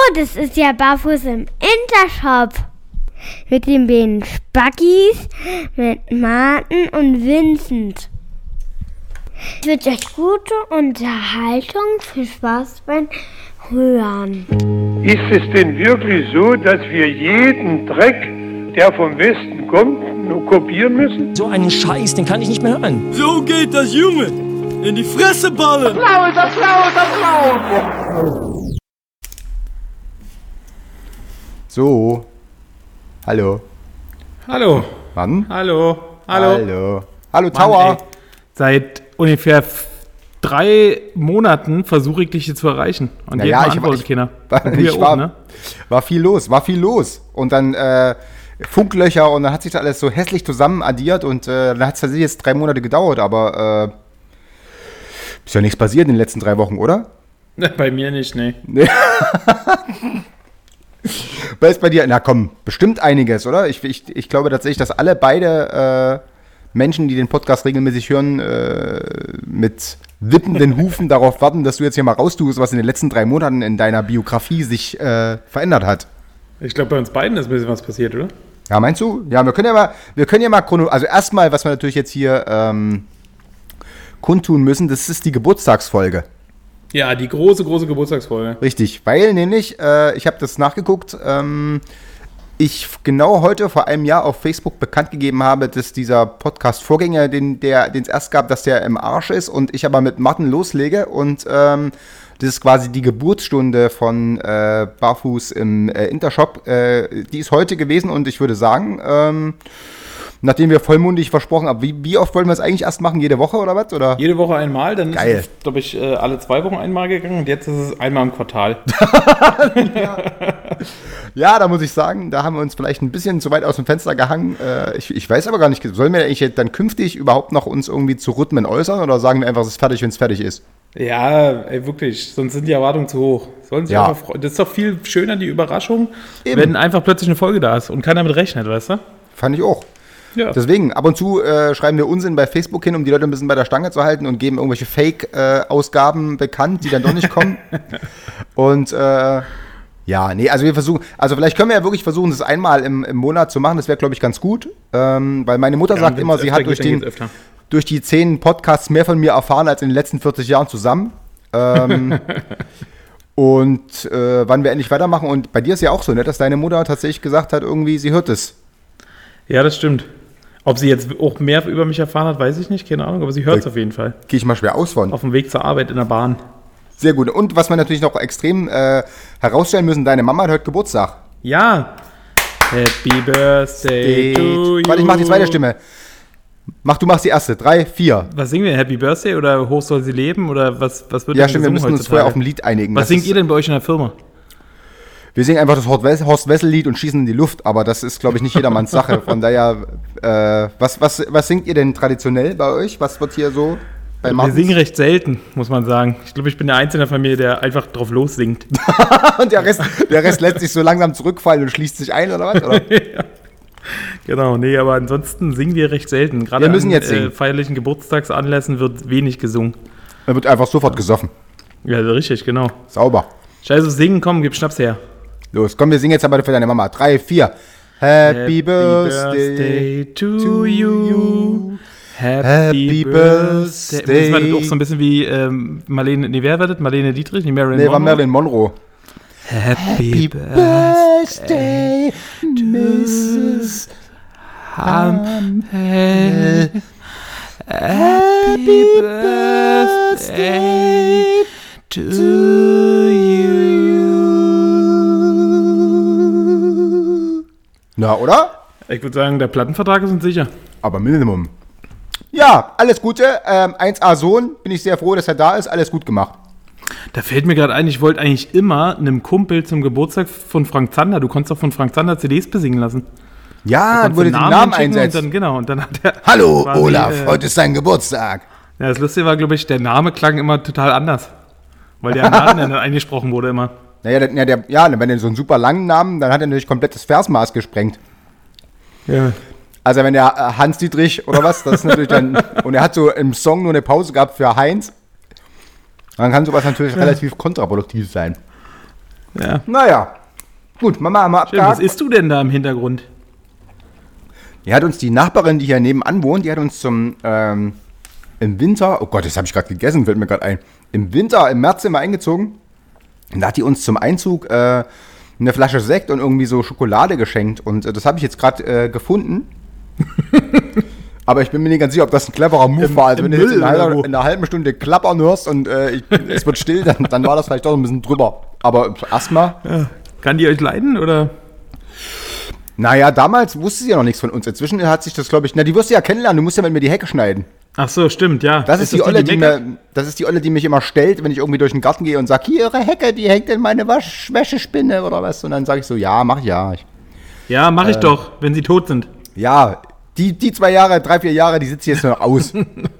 das ist ja Barfuß im Intershop. Mit den beiden Spackis, mit Martin und Vincent. Ich wünsche euch gute Unterhaltung, viel Spaß beim Hören. Ist es denn wirklich so, dass wir jeden Dreck, der vom Westen kommt, nur kopieren müssen? So einen Scheiß, den kann ich nicht mehr hören. So geht das, Junge! In die Fresse ballen! Applaus! So. Hallo. Hallo. Mann? Hallo. Hallo. Hallo, Tower. Mann, seit ungefähr 3 Monaten versuche ich dich hier zu erreichen. Und Naja, jetzt antwortet keiner. War viel los. Und dann Funklöcher und dann hat sich das alles so hässlich zusammen addiert und dann hat es tatsächlich jetzt 3 Monate gedauert, aber ist ja nichts passiert in den letzten 3 Wochen, oder? Bei mir nicht, nee. Was ist bei dir? Na komm, bestimmt einiges, oder? Ich glaube tatsächlich, dass alle beide Menschen, die den Podcast regelmäßig hören, mit wippenden Hufen darauf warten, dass du jetzt hier mal raustust, was in den letzten 3 Monaten in deiner Biografie sich verändert hat. Ich glaube, bei uns beiden ist ein bisschen was passiert, oder? Ja, meinst du? Ja, wir können ja mal also erstmal, was wir natürlich jetzt hier kundtun müssen, das ist die Geburtstagsfolge. Ja, die große Geburtstagsfolge. Richtig, weil nämlich, ich habe das nachgeguckt, ich genau heute vor einem Jahr auf Facebook bekannt gegeben habe, dass dieser Podcast-Vorgänger, den es erst gab, dass der im Arsch ist und ich aber mit Martin loslege und das ist quasi die Geburtsstunde von Barfuß im Intershop. Die ist heute gewesen und ich würde sagen, nachdem wir vollmundig versprochen haben, wie oft wollen wir es eigentlich erst machen? Jede Woche oder was? Oder? Jede Woche einmal, dann Geil. ist es, glaube ich, alle 2 Wochen einmal gegangen und jetzt ist es einmal im Quartal. Ja, da muss ich sagen, da haben wir uns vielleicht ein bisschen zu weit aus dem Fenster gehangen. Ich weiß aber gar nicht, sollen wir eigentlich dann künftig überhaupt noch uns irgendwie zu Rhythmen äußern oder sagen wir einfach, es ist fertig, wenn es fertig ist? Ja, ey, wirklich, sonst sind die Erwartungen zu hoch. Sollen sich einfach freuen. Das ist doch viel schöner, die Überraschung, wenn einfach plötzlich eine Folge da ist und keiner damit rechnet, weißt du? Fand ich auch. Ja. Deswegen, ab und zu schreiben wir Unsinn bei Facebook hin, um die Leute ein bisschen bei der Stange zu halten und geben irgendwelche Fake-Ausgaben bekannt, die dann doch nicht kommen. Und ja, nee, also wir versuchen, also vielleicht können wir ja wirklich versuchen, das einmal im Monat zu machen, das wäre, glaube ich, ganz gut, weil meine Mutter sagt immer, sie hat durch die 10 Podcasts mehr von mir erfahren als in den letzten 40 Jahren zusammen. Und wann wir endlich weitermachen. Und bei dir ist ja auch so, ne, dass deine Mutter tatsächlich gesagt hat, irgendwie, sie hört es. Ja, das stimmt. Ob sie jetzt auch mehr über mich erfahren hat, weiß ich nicht, keine Ahnung, aber sie hört es auf jeden Fall. Gehe ich mal schwer aus von. Auf dem Weg zur Arbeit in der Bahn. Sehr gut. Und was wir natürlich noch extrem herausstellen müssen, deine Mama hat heute Geburtstag. Ja. Happy Birthday to you. Warte, ich mach die zweite Stimme. Du machst die erste. 3, 4. Was singen wir? Happy Birthday oder Hoch soll sie leben? Oder was wird ja, stimmt, wir müssen uns vorher auf ein Lied einigen. Was singt ihr denn bei euch in der Firma? Wir singen einfach das Horst Wessel-Lied und schießen in die Luft, aber das ist, glaube ich, nicht jedermanns Sache. Von daher, was singt ihr denn traditionell bei euch? Was wird hier so bei Martins? Wir singen recht selten, muss man sagen. Ich glaube, ich bin der Einzige in der Familie, der einfach drauf los singt. Und der Rest lässt sich so langsam zurückfallen und schließt sich ein, oder was? Oder? Ja. Genau, nee, aber ansonsten singen wir recht selten. Gerade wir müssen jetzt singen. Feierlichen Geburtstagsanlässen wird wenig gesungen. Da wird einfach sofort gesoffen. Ja, richtig, genau. Sauber. Scheiße, singen, komm, gib Schnaps her. Los, komm, wir singen jetzt aber für deine Mama. 3, 4. Happy Birthday to you. Happy Birthday. Das war auch so ein bisschen wie Marlene, nee, wer war das? Marlene Dietrich? Nee, war Marilyn Monroe. Happy Birthday, Mrs. Hampel. Happy Birthday to you. Na, oder? Ich würde sagen, der Plattenvertrag ist uns sicher. Aber Minimum. Ja, alles Gute. 1A Sohn, bin ich sehr froh, dass er da ist. Alles gut gemacht. Da fällt mir gerade ein, ich wollte eigentlich immer einem Kumpel zum Geburtstag von Frank Zander, du konntest doch von Frank Zander CDs besingen lassen. Ja, wo du den Namen einsetzt. Und dann hat er Hallo quasi, Olaf, heute ist dein Geburtstag. Ja, das Lustige war, glaube ich, der Name klang immer total anders. Weil der Name dann eingesprochen wurde immer. Naja, wenn er so einen super langen Namen, dann hat er natürlich komplettes Versmaß gesprengt. Ja. Also wenn der Hans Dietrich oder was, das ist natürlich dann, und er hat so im Song nur eine Pause gehabt für Heinz, dann kann sowas natürlich relativ kontraproduktiv sein. Ja. Naja. Gut, Mama haben wir abgehakt. Was isst du denn da im Hintergrund? Die hat uns die Nachbarin, die hier nebenan wohnt, die hat uns im Winter, oh Gott, das habe ich gerade gegessen, fällt mir gerade ein. Im März sind wir eingezogen. Und da hat die uns zum Einzug eine Flasche Sekt und irgendwie so Schokolade geschenkt. Und das habe ich jetzt gerade gefunden. Aber ich bin mir nicht ganz sicher, ob das ein cleverer Move war. Also wenn du jetzt in einer halben Stunde klappern hörst und es wird still, dann war das vielleicht doch ein bisschen drüber. Aber erstmal. Ja. Kann die euch leiden, oder? Naja, damals wusste sie ja noch nichts von uns. Inzwischen hat sich das, glaube ich, die wirst du ja kennenlernen, du musst ja mit mir die Hecke schneiden. Ach so, stimmt, ja. Das ist die Olle, die mich immer stellt, wenn ich irgendwie durch den Garten gehe und sage, hier, ihre Hecke, die hängt in meine Wäschespinne oder was. Und dann sage ich so, ja, mach ich ja. Ja, mach ich doch, wenn sie tot sind. Ja, die 2 Jahre, 3, 4 Jahre, die sitzt jetzt noch aus.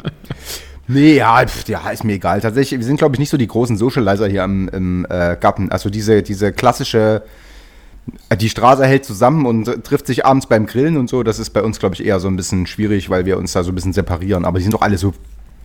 Nee, ja, ist mir egal. Tatsächlich, wir sind, glaube ich, nicht so die großen Socializer hier im Garten. Also diese klassische, die Straße hält zusammen und trifft sich abends beim Grillen und so. Das ist bei uns, glaube ich, eher so ein bisschen schwierig, weil wir uns da so ein bisschen separieren. Aber die sind doch alle so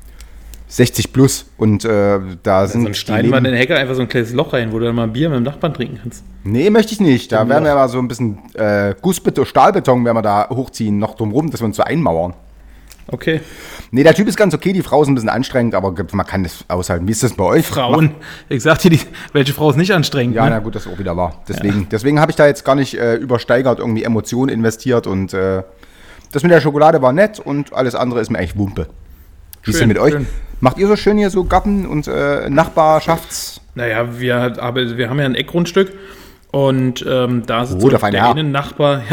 60 plus und da sind. Dann schneiden wir in den Hecke einfach so ein kleines Loch rein, wo du dann mal ein Bier mit dem Nachbarn trinken kannst. Nee, möchte ich nicht. Da werden wir mal so ein bisschen Gussbeton, Stahlbeton werden wir da hochziehen, noch drumrum, dass wir uns so einmauern. Okay. Nee, der Typ ist ganz okay, die Frau ist ein bisschen anstrengend, aber man kann das aushalten. Wie ist das bei euch? Frauen. Ich sag dir, welche Frau ist nicht anstrengend? Ja, ne? Na gut, das ist auch wieder wahr. Deswegen habe ich da jetzt gar nicht übersteigert irgendwie Emotionen investiert und das mit der Schokolade war nett und alles andere ist mir eigentlich Wumpe. Wie ist denn mit euch? Macht ihr so schön hier so Garten und Nachbarschafts... Naja, wir haben ja ein Eckgrundstück und da ist der Innennachbar,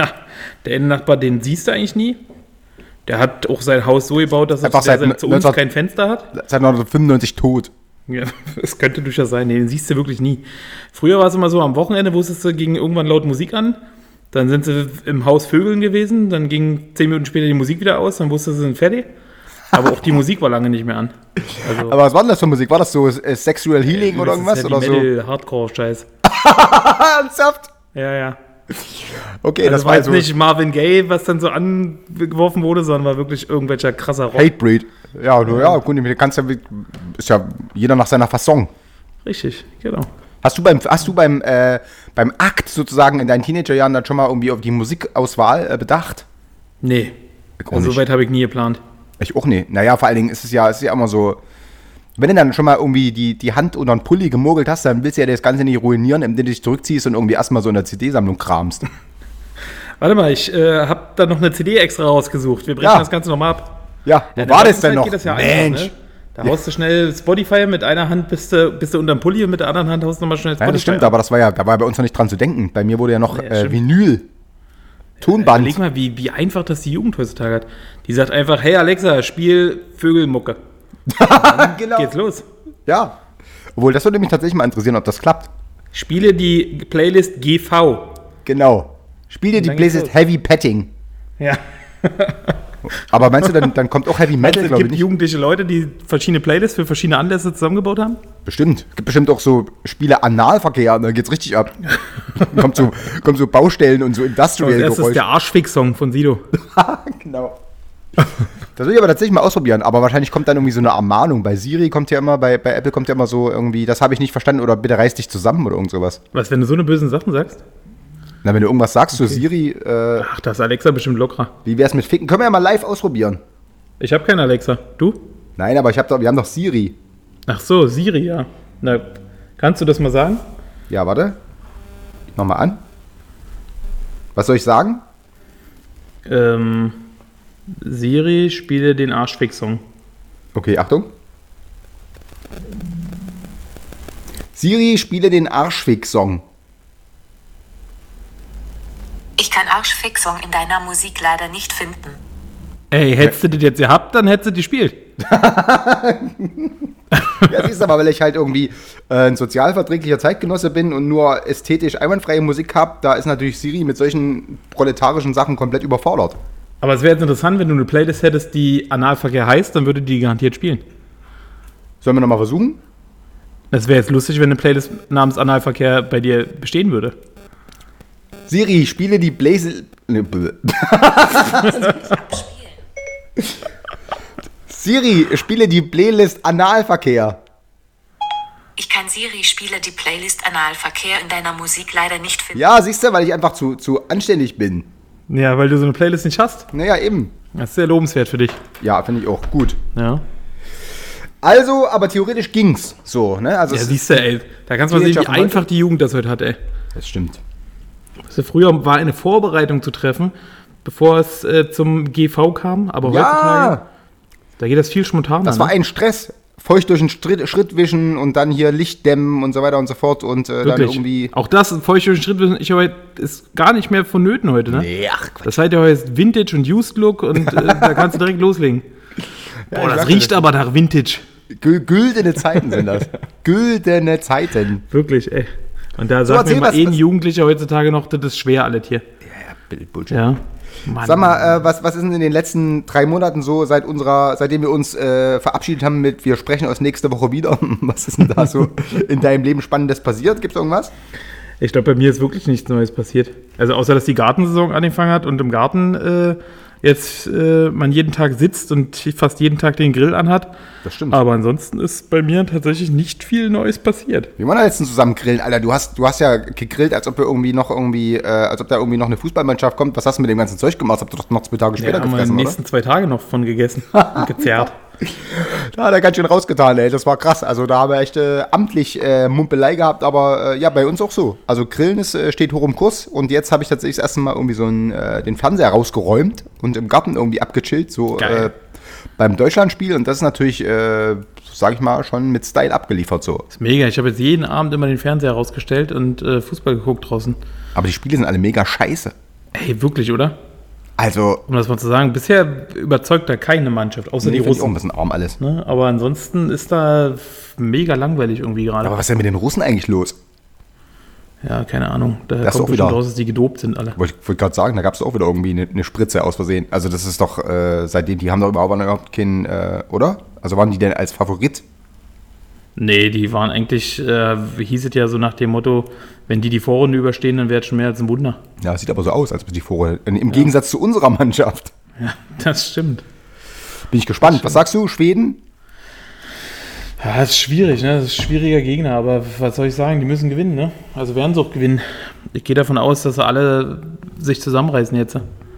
den siehst du eigentlich nie. Der hat auch sein Haus so gebaut, dass er zu uns kein Fenster hat. Seit 1995 tot. Ja, es könnte durchaus sein. Nee, den siehst du wirklich nie. Früher war es immer so, am Wochenende wusstest du, ging irgendwann laut Musik an. Dann sind sie im Haus Vögeln gewesen. Dann ging 10 Minuten später die Musik wieder aus. Dann wusstest du, sie sind fertig. Aber auch die Musik war lange nicht mehr an. Also, aber was war denn das für Musik? War das so Sexual Healing oder irgendwas? Oder so? Metal, Hardcore-Scheiß. Ernsthaft? Ja. Okay, also das war jetzt nicht Marvin Gaye, was dann so angeworfen wurde, sondern war wirklich irgendwelcher krasser Rock. Hatebreed. Ja, gut, ist ja jeder nach seiner Fasson. Richtig, genau. Hast du beim Akt sozusagen in deinen Teenagerjahren dann schon mal irgendwie auf die Musikauswahl bedacht? Nee, so weit habe ich nie geplant. Ich auch nicht. Naja, vor allen Dingen ist es ja immer so, wenn du dann schon mal irgendwie die Hand unter den Pulli gemogelt hast, dann willst du ja das Ganze nicht ruinieren, indem du dich zurückziehst und irgendwie erstmal so in der CD-Sammlung kramst. Warte mal, ich habe da noch eine CD extra rausgesucht. Wir brechen das Ganze nochmal ab. Ja, wo war das denn noch? Das ja Mensch. Einfach, ne? Da haust du schnell Spotify, mit einer Hand bist du unter dem Pulli und mit der anderen Hand haust du nochmal schnell Spotify. Ja, das stimmt, aber da war bei uns noch nicht dran zu denken. Bei mir wurde ja noch Vinyl. Tonband. Überleg mal, wie einfach das die Jugend heutzutage hat. Die sagt einfach, hey Alexa, spiel Vögelmucke. Genau. Geht's los. Ja. Obwohl, das würde mich tatsächlich mal interessieren, ob das klappt. Spiele die Playlist GV. Genau. Spiele die Playlist Heavy Petting. Ja. Aber meinst du, dann kommt auch Heavy Metal, glaube ich, nicht? Gibt jugendliche Leute, die verschiedene Playlists für verschiedene Anlässe zusammengebaut haben? Bestimmt. Gibt bestimmt auch so Spiele Analverkehr, da geht's richtig ab. kommt so Baustellen und so Industrial-Geräusche. Das ist der Arschfix-Song von Sido. Genau. Das will ich aber tatsächlich mal ausprobieren, aber wahrscheinlich kommt dann irgendwie so eine Ermahnung. Bei Siri kommt ja immer, bei Apple kommt ja immer so irgendwie, das habe ich nicht verstanden oder bitte reiß dich zusammen oder irgend sowas. Was, wenn du so eine bösen Sachen sagst? Na, wenn du irgendwas sagst zu Siri. Ach, das ist Alexa bestimmt lockerer. Wie wär's mit Ficken? Können wir ja mal live ausprobieren. Ich habe keine Alexa. Du? Nein, aber wir haben doch Siri. Ach so, Siri, ja. Na, kannst du das mal sagen? Ja, warte. Nochmal an. Was soll ich sagen? Siri, spiele den Arschfix-Song. Okay, Achtung. Siri, spiele den Arschfix-Song. Ich kann Arschfix-Song in deiner Musik leider nicht finden. Ey, hättest du das jetzt gehabt, dann hättest du die gespielt. Ja, siehst du aber, weil ich halt irgendwie ein sozialverträglicher Zeitgenosse bin und nur ästhetisch einwandfreie Musik habe, da ist natürlich Siri mit solchen proletarischen Sachen komplett überfordert. Aber es wäre jetzt interessant, wenn du eine Playlist hättest, die Analverkehr heißt, dann würde die garantiert spielen. Sollen wir nochmal versuchen? Es wäre jetzt lustig, wenn eine Playlist namens Analverkehr bei dir bestehen würde. Siri, spiele die Blaze... Siri, spiele die Playlist Analverkehr. Ich kann Siri, spiele die Playlist Analverkehr in deiner Musik leider nicht finden. Ja, siehst du, weil ich einfach zu anständig bin. Ja, weil du so eine Playlist nicht hast. Naja, eben. Das ist sehr lobenswert für dich. Ja, finde ich auch. Gut. Ja. Also, aber theoretisch ging's so, ne? Also Ja, siehst du, ey. Da kannst du mal sehen, wie einfach die Jugend das heute hat, ey. Das stimmt. Also früher war eine Vorbereitung zu treffen, bevor es zum GV kam, aber heutzutage, da geht das viel spontaner. Das war ein Stress. Feucht durch den Schritt wischen und dann hier Licht dämmen und so weiter und so fort und dann irgendwie... Auch das, feucht durch den Schritt wischen, ist gar nicht mehr vonnöten heute, ne? Nee, ach Quatsch. Das heißt ja heute Vintage und Used Look und da kannst du direkt loslegen. Ja, Boah, das riecht aber nach Vintage. Güldene Zeiten sind das. Güldene Zeiten. Wirklich, ey. Und da sagt mir mal ein Jugendlicher heutzutage noch, das ist schwer alles hier. Ja, Bullshit. Ja. Mann. Sag mal, was ist denn in den letzten 3 Monaten so, seitdem wir uns verabschiedet haben mit wir sprechen uns nächste Woche wieder? Was ist denn da so in deinem Leben Spannendes passiert? Gibt's irgendwas? Ich glaube, bei mir ist wirklich nichts Neues passiert. Also außer, dass die Gartensaison angefangen hat und im Garten jetzt man jeden Tag sitzt und fast jeden Tag den Grill anhat. Das stimmt. Aber ansonsten ist bei mir tatsächlich nicht viel Neues passiert. Wir wollen ja letztens zusammen grillen, Alter. Du hast ja gegrillt, als ob da irgendwie noch eine Fußballmannschaft kommt. Was hast du mit dem ganzen Zeug gemacht? Habt ihr doch noch 2 Tage später gefressen, oder? Die nächsten 2 Tage noch von gegessen und gezerrt. Da hat er ganz schön rausgetan, ey. Das war krass. Also da haben wir echt amtlich Mumpelei gehabt, aber ja, bei uns auch so. Also Grillen steht hoch im Kurs und jetzt habe ich tatsächlich das erste Mal irgendwie so den Fernseher rausgeräumt und im Garten irgendwie abgechillt, so beim Deutschlandspiel und das ist natürlich, sag ich mal, schon mit Style abgeliefert so. Das ist mega. Ich habe jetzt jeden Abend immer den Fernseher rausgestellt und Fußball geguckt draußen. Aber die Spiele sind alle mega scheiße. Ey, wirklich, oder? Also, um das mal zu sagen, bisher überzeugt da keine Mannschaft, außer die Russen. Auch ein bisschen arm alles. Ne? Aber ansonsten ist da mega langweilig irgendwie gerade. Aber was ist denn mit den Russen eigentlich los? Ja, keine Ahnung. Da das kommt auch wieder raus, dass die gedopt sind alle. Wollte gerade sagen, da gab es auch wieder irgendwie eine Spritze aus Versehen. Also das ist doch, seitdem, die haben doch überhaupt keinen, oder? Also waren die denn als Favorit? Nee, die waren eigentlich, hieß es ja so nach dem Motto, wenn die Vorrunde überstehen, dann wäre es schon mehr als ein Wunder. Ja, sieht aber so aus, als die Vorrunde. Im Gegensatz zu unserer Mannschaft. Ja, das stimmt. Bin ich gespannt. Was sagst du, Schweden? Ja, das ist schwierig, ne? Das ist ein schwieriger Gegner, aber was soll ich sagen, die müssen gewinnen, ne? Also werden sie auch gewinnen. Ich gehe davon aus, dass sie alle sich zusammenreißen jetzt.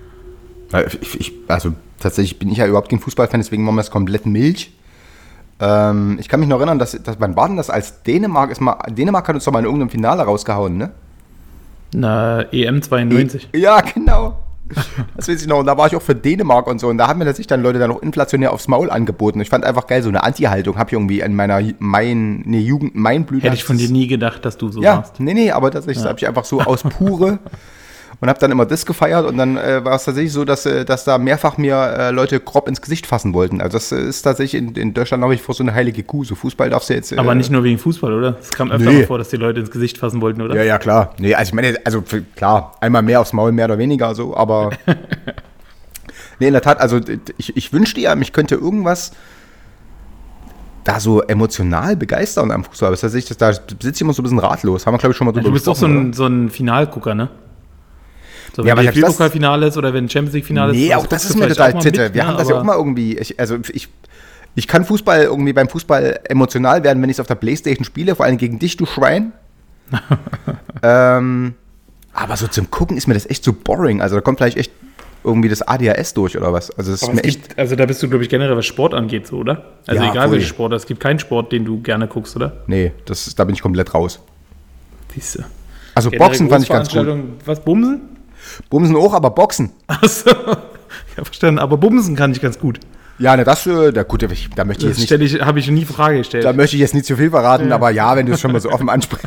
Also tatsächlich bin ich ja überhaupt kein Fußballfan, deswegen machen wir es komplett Milch. Ich kann mich noch erinnern, dass wann war denn das als Dänemark Dänemark hat uns doch mal in irgendeinem Finale rausgehauen, ne? Na, EM 92. Ja, genau. Das weiß ich noch. Und da war ich auch für Dänemark und so. Und da haben mir tatsächlich dann Leute dann auch inflationär aufs Maul angeboten. Ich fand einfach geil, so eine Anti-Haltung habe ich irgendwie in meiner Jugend, mein Blüten. Hätte ich von dir nie gedacht, dass du so warst. Nee, aber das habe ich einfach so aus pure und habe dann immer das gefeiert. Und dann war es tatsächlich so, dass da mehrfach mir Leute grob ins Gesicht fassen wollten. Also das ist tatsächlich in Deutschland nach wie vor so eine heilige Kuh. So Fußball darfst du jetzt... aber nicht nur wegen Fußball, oder? Es kam öfter mal vor, dass die Leute ins Gesicht fassen wollten, oder? Ja, klar. Nee, also ich meine, klar, einmal mehr aufs Maul, mehr oder weniger so, aber... Nee, in der Tat, also ich wünschte ja, mich könnte irgendwas da so emotional begeistern am Fußball. Aber da sitze ich immer so ein bisschen ratlos. Haben wir, glaube ich, schon mal drüber gesprochen. Du bist doch so ein Finalgucker, ne? So, wenn ja, Spielpokalfinale ist oder wenn Champions League-Finale ist. Nee, auch das ist mir total Titte. Wir haben das ja auch mal irgendwie... Ich kann Fußball irgendwie beim Fußball emotional werden, wenn ich es auf der Playstation spiele, vor allem gegen dich, du Schwein. Aber so zum Gucken ist mir das echt so boring. Also da kommt vielleicht echt irgendwie das ADHS durch oder was. Also das ist mir echt. Also da bist du, glaube ich, generell, was Sport angeht, so, oder? Also ja, egal welcher Sport, es gibt keinen Sport, den du gerne guckst, oder? Nee, da bin ich komplett raus. Siehste. Also Boxen fand ich ganz gut. Was, Bumsen? Bumsen auch, aber Boxen. Achso, ja, verstanden. Aber Bumsen kann ich ganz gut. Ja, ne, gut, da möchte ich jetzt nicht... habe ich nie eine Frage gestellt. Da möchte ich jetzt nicht zu viel verraten, aber ja, wenn du es schon mal so offen ansprichst.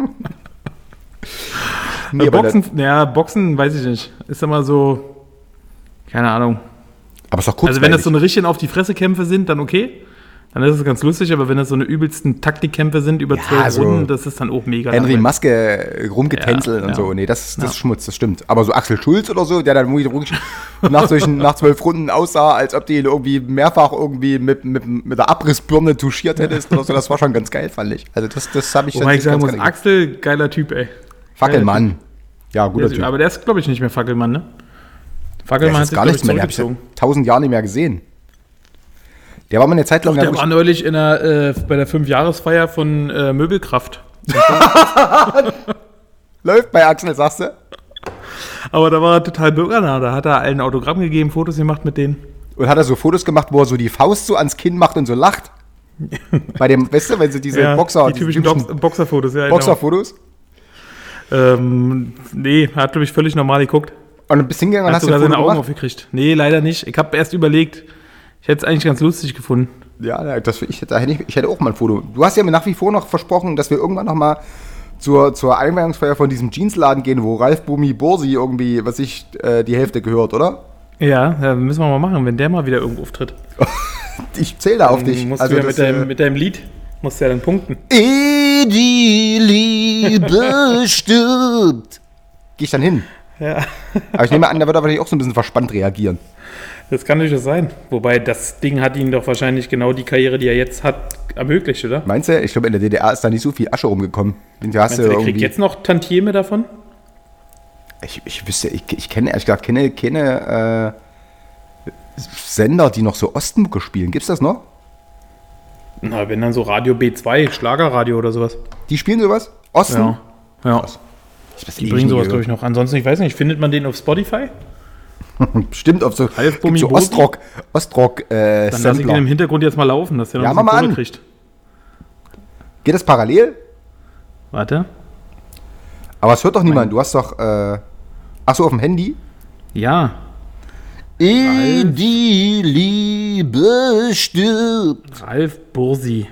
Nee, Boxen weiß ich nicht. Ist immer so, keine Ahnung. Aber ist doch kurz. Also wenn das so eine richtigen auf die Fresse Kämpfe sind, dann okay. Dann ist es ganz lustig, aber wenn das so eine übelsten Taktikkämpfe sind über 12 Runden, das ist dann auch mega Henry Maske rumgetänzelt und so. Nee, das ist Schmutz, das stimmt. Aber so Axel Schulz oder so, der dann wirklich nach 12 Runden aussah, als ob die ihn irgendwie mehrfach irgendwie mit der Abrissbirne touchiert hättest oder so, das war schon ganz geil, fand ich. Also das habe ich schon. Wobei ich sagen muss, Axel, geiler Typ, ey. Fackelmann. Ja, guter Typ. Aber der ist, glaube ich, nicht mehr Fackelmann, ne? Fackelmann hat sich, gar nichts mehr, den habe ich seit 1000 Jahren nicht mehr gesehen. Der war mal eine Zeit lang... Der war neulich bei der 5-Jahresfeier von Möbelkraft. Läuft bei Axel, sagst du? Aber da war er total bürgernah. Da hat er allen Autogramm gegeben, Fotos gemacht mit denen. Und hat er so Fotos gemacht, wo er so die Faust so ans Kinn macht und so lacht? Bei dem, weißt du, wenn sie diese Boxer... Die typischen Boxerfotos, ja. Boxerfotos? Nee, hat, glaube ich, völlig normal geguckt. Und ein bisschen hingegangen und Hast hast sogar du ein seine Foto Augen gemacht? aufgekriegt. Nee, leider nicht. Ich habe erst überlegt, ich hätte es eigentlich ganz lustig gefunden. Ja, ich hätte auch mal ein Foto. Du hast ja mir nach wie vor noch versprochen, dass wir irgendwann noch mal zur Einweihungsfeier von diesem Jeansladen gehen, wo Ralf Bumi Borsi irgendwie, die Hälfte gehört, oder? Ja, müssen wir mal machen, wenn der mal wieder irgendwo auftritt. Ich zähle da auf dich. Musst du ja mit deinem Lied, musst du ja dann punkten. Die Liebe stirbt. Geh ich dann hin? Ja. Aber ich nehme an, der wird aber auch so ein bisschen verspannt reagieren. Das kann durchaus sein. Wobei, das Ding hat ihn doch wahrscheinlich genau die Karriere, die er jetzt hat, ermöglicht, oder? Meinst du? Ich glaube, in der DDR ist da nicht so viel Asche rumgekommen. Meinst du, der kriegt jetzt noch Tantieme davon? Ich kenne ehrlich gesagt keine Sender, die noch so Ostmucke spielen. Gibt's das noch? Na, wenn dann so Radio B2, Schlagerradio oder sowas. Die spielen sowas? Osten? Ja. Die bringen sowas, glaube ich, noch. Ansonsten, ich weiß nicht, findet man den auf Spotify? Stimmt, auf so Ostrock Dann lasse ich den im Hintergrund jetzt mal laufen, dass der noch ein bisschen Kohle kriegt. Geht das parallel? Warte. Aber es hört doch niemand. Du hast doch... Achso, auf dem Handy? Ja. Die Liebe stirbt. Ralf Bursi.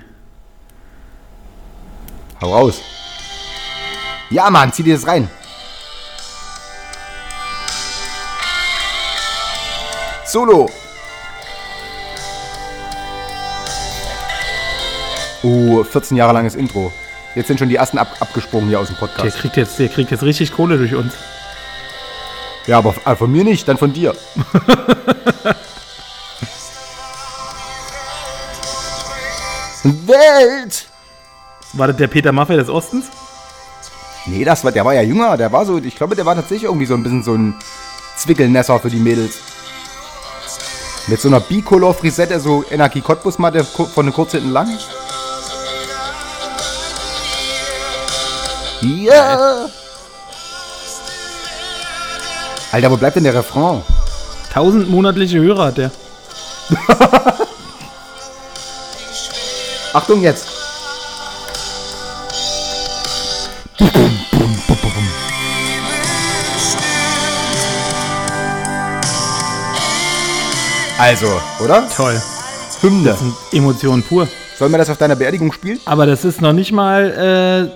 Hau raus. Ja, Mann, zieh dir das rein. Solo. 14 Jahre langes Intro. Jetzt sind schon die ersten abgesprungen hier aus dem Podcast. Der kriegt jetzt richtig Kohle durch uns. Ja, aber von mir nicht, dann von dir. Welt! War das der Peter Maffay des Ostens? Nee, der war ja jünger. Ich glaube, der war tatsächlich irgendwie so ein bisschen so ein Zwickelnässer für die Mädels. Mit so einer Bicolor-Frisette, so Energie Cottbus-Matte von kurz hinten lang. Ja! Alter, wo bleibt denn der Refrain? 1000 monatliche Hörer hat der. Achtung jetzt! Also, oder? Toll. Hymne. Das sind Emotionen pur. Sollen wir das auf deiner Beerdigung spielen? Aber das ist noch nicht mal,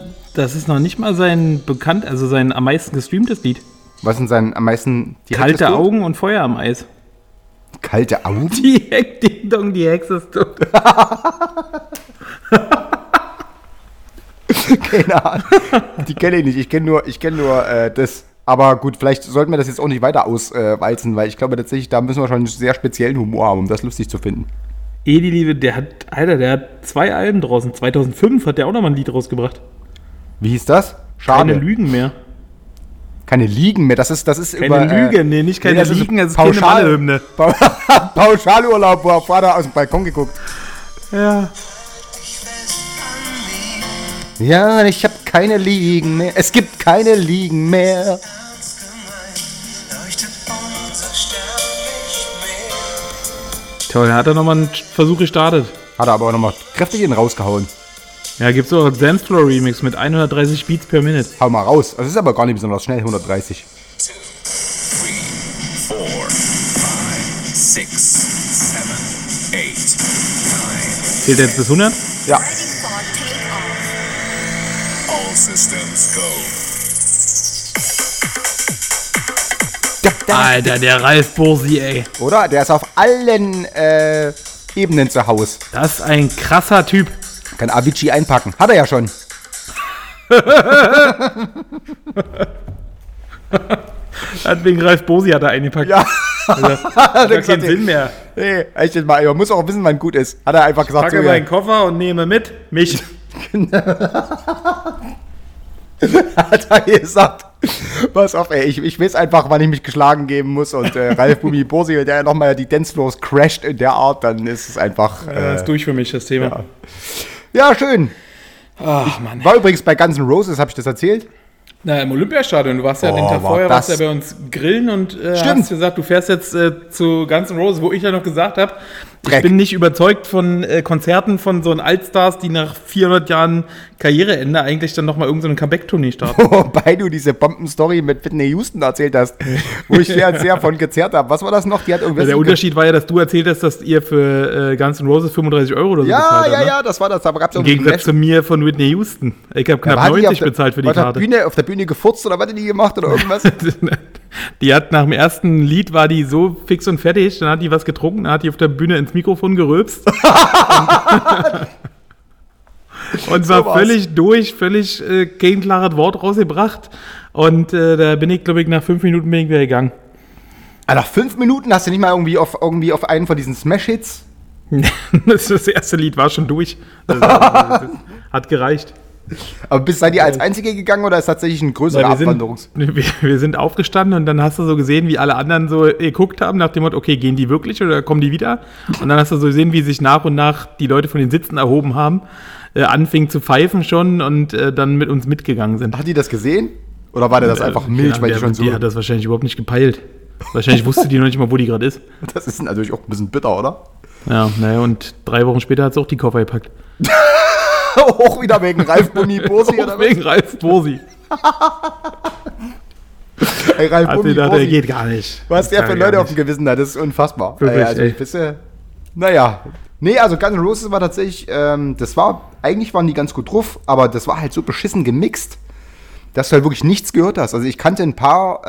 sein am meisten gestreamtes Lied. Was sind sein am meisten... Kalte Augen und Feuer am Eis. Kalte Augen? Die Hexe ist tot. Keine Ahnung. Die kenne ich nicht. Ich kenne nur das. Aber gut, vielleicht sollten wir das jetzt auch nicht weiter auswalzen, weil ich glaube tatsächlich, da müssen wir schon einen sehr speziellen Humor haben, um das lustig zu finden. Die Liebe, der hat 2 Alben draußen. 2005 hat der auch nochmal ein Lied rausgebracht. Wie hieß das? Schade. Keine Lügen mehr. Keine Liegen mehr, das ist keine über... Lügen, nee, nicht keine Liegen, das ist keine Malle-Hymne. Pauschalurlaub, wo er Vater aus dem Balkon geguckt. Ja. Ja, ich hab keine Liegen mehr. Es gibt keine Liegen mehr. Toll, hat er nochmal einen Versuch gestartet. Hat er aber nochmal kräftig in rausgehauen. Ja, gibt's auch einen Dance Floor Remix mit 130 Beats per Minute. Hau mal raus. Das ist aber gar nicht besonders schnell, 130. 2, 3, 4, 5, 6, 7, 8, 9. Zählt er jetzt bis 100? Ja. All systems go. Alter, der Ralf Bursi, ey. Oder? Der ist auf allen Ebenen zu Hause. Das ist ein krasser Typ. Kann Avicii einpacken. Hat er ja schon. Wegen Ralf Bursi hat er eingepackt. Ja. Also, hat gar keinen Sinn mehr. Nee, echt mal. Man muss auch wissen, wann gut ist. Hat er einfach gesagt. Packe meinen Koffer und nehme mit mich. Hat er gesagt. Pass auf, ey, ich weiß einfach, wann ich mich geschlagen geben muss und Ralf Bumi Bursi, wenn der nochmal die Dancefloors crasht in der Art, dann ist es einfach... ist durch für mich, das Thema. Ja, schön. Ach, Mann. War übrigens bei Guns N' Roses, habe ich das erzählt? Na, im Olympiastadion. Du warst ja den Tag war vorher, das- warst ja bei uns grillen und hast gesagt, du fährst jetzt zu Guns N' Roses, wo ich ja noch gesagt habe, ich Dreck. bin nicht überzeugt von Konzerten von so einen Altstars, die nach 400 Jahren Karriereende eigentlich dann nochmal irgendeine Comeback-Tournee starten. Wobei du diese Bombenstory mit Whitney Houston erzählt hast, wo ich sehr von gezerrt habe. Was war das noch? Die hat irgendwas... Der Unterschied war ja, dass du erzählt hast, dass ihr für Guns N' Roses 35 € oder so bezahlt habt. Ne? Ja, das war das. Aber gab's Im irgendwie ein Gegensatz zu mir von Whitney Houston. Ich habe knapp Hat die 90 bezahlt für die Karte. Auf der Bühne gefurzt oder was hat die gemacht oder irgendwas? Die hat nach dem ersten Lied war die so fix und fertig, dann hat die was getrunken, dann hat die auf der Bühne ins Mikrofon gerülpst. und war völlig durch, völlig kein klares Wort rausgebracht. Und da bin ich, glaube ich, nach 5 Minuten bin ich wieder gegangen. Nach 5 Minuten hast du nicht mal irgendwie auf einen von diesen Smash-Hits? Das erste Lied war schon durch. Das hat gereicht. Aber seid ihr als Einzige gegangen oder ist tatsächlich ein größerer Abwanderungs? Wir sind aufgestanden und dann hast du so gesehen, wie alle anderen so geguckt haben, nach dem Motto, okay, gehen die wirklich oder kommen die wieder? Und dann hast du so gesehen, wie sich nach und nach die Leute von den Sitzen erhoben haben, anfingen zu pfeifen schon und dann mit uns mitgegangen sind. Hat die das gesehen? Oder war der das einfach Milch, weil die schon so... Die hat das wahrscheinlich überhaupt nicht gepeilt. Wahrscheinlich wusste die noch nicht mal, wo die gerade ist. Das ist natürlich auch ein bisschen bitter, oder? Ja, naja, und 3 Wochen später hat sie auch die Koffer gepackt. Auch wieder wegen Ralf Bumi Bursi oder was? Wegen Ralf Bursi. Ey, Ralf Hat Bumi sie gedacht, der Bursi. geht gar nicht. Was der für Kann Leute gar auf dem Gewissen hat, das ist unfassbar. Wirklich, also ey. ich wisse, naja. Nee, also Guns N' Roses war tatsächlich, eigentlich waren die ganz gut drauf, aber das war halt so beschissen gemixt, dass du halt wirklich nichts gehört hast. Also ich kannte ich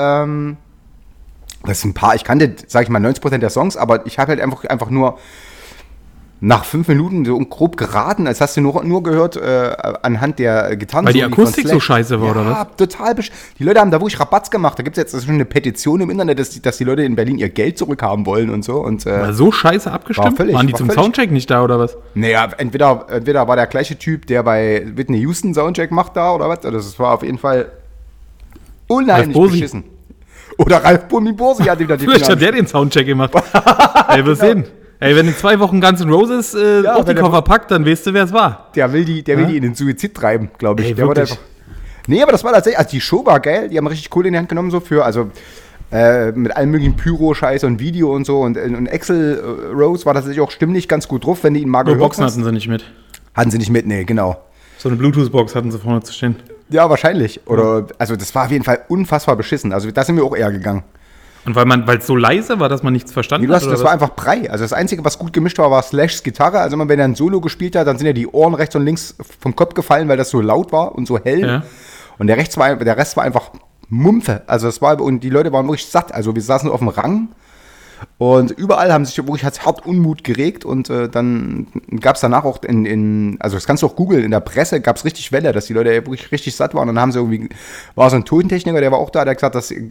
kannte, sag ich mal, 90% der Songs, aber ich habe halt einfach nur nach 5 Minuten so grob geraten, als hast du nur gehört anhand der Gitarren. Weil die von Akustik so Slash. scheiße war, oder was? Ja, total. Die Leute haben da wirklich Rabatz gemacht. Da gibt es jetzt schon eine Petition im Internet, dass die Leute in Berlin ihr Geld zurückhaben wollen und so. Und, War so scheiße abgestimmt? Waren die zum Soundcheck nicht da, oder was? Naja, entweder war der gleiche Typ, der bei Whitney Houston Soundcheck macht da, oder was? Also das war auf jeden Fall unheimlich beschissen. Oder Ralf Bumi Bursi hat wieder die Vielleicht hat der den Soundcheck gemacht. Ey, wir sehen. Ey, wenn in 2 Wochen Guns N' Roses auch die Koffer packt, dann weißt du, wer es war. Der will die in den Suizid treiben, glaube ich. Ey, der wirklich? Nee, aber das war tatsächlich, also die Show war geil, die haben richtig Kohle in die Hand genommen, so für, also mit allem möglichen Pyro-Scheiß und Video und so und Axl Rose war tatsächlich auch stimmlich ganz gut drauf, wenn die ihn mal Nur gehört Boxen hast. hatten sie nicht mit. Hatten sie nicht mit, nee, genau. So eine Bluetooth-Box hatten sie vorne zu stehen. Ja, wahrscheinlich. Oder, also das war auf jeden Fall unfassbar beschissen. Also da sind wir auch eher gegangen. Und weil es so leise war, dass man nichts verstanden hat? Das war einfach Brei. Also das Einzige, was gut gemischt war Slashs Gitarre. Also immer wenn er ein Solo gespielt hat, dann sind ja die Ohren rechts und links vom Kopf gefallen, weil das so laut war und so hell. Ja. Und der Rest war einfach Mumpfe. Also und die Leute waren wirklich satt. Also wir saßen auf dem Rang und überall haben sich wirklich hart Unmut geregt und dann gab es danach auch also das kannst du auch googeln, in der Presse gab es richtig Welle, dass die Leute wirklich richtig satt waren und dann haben sie irgendwie, war so ein Tontechniker, der war auch da, der hat gesagt, dass,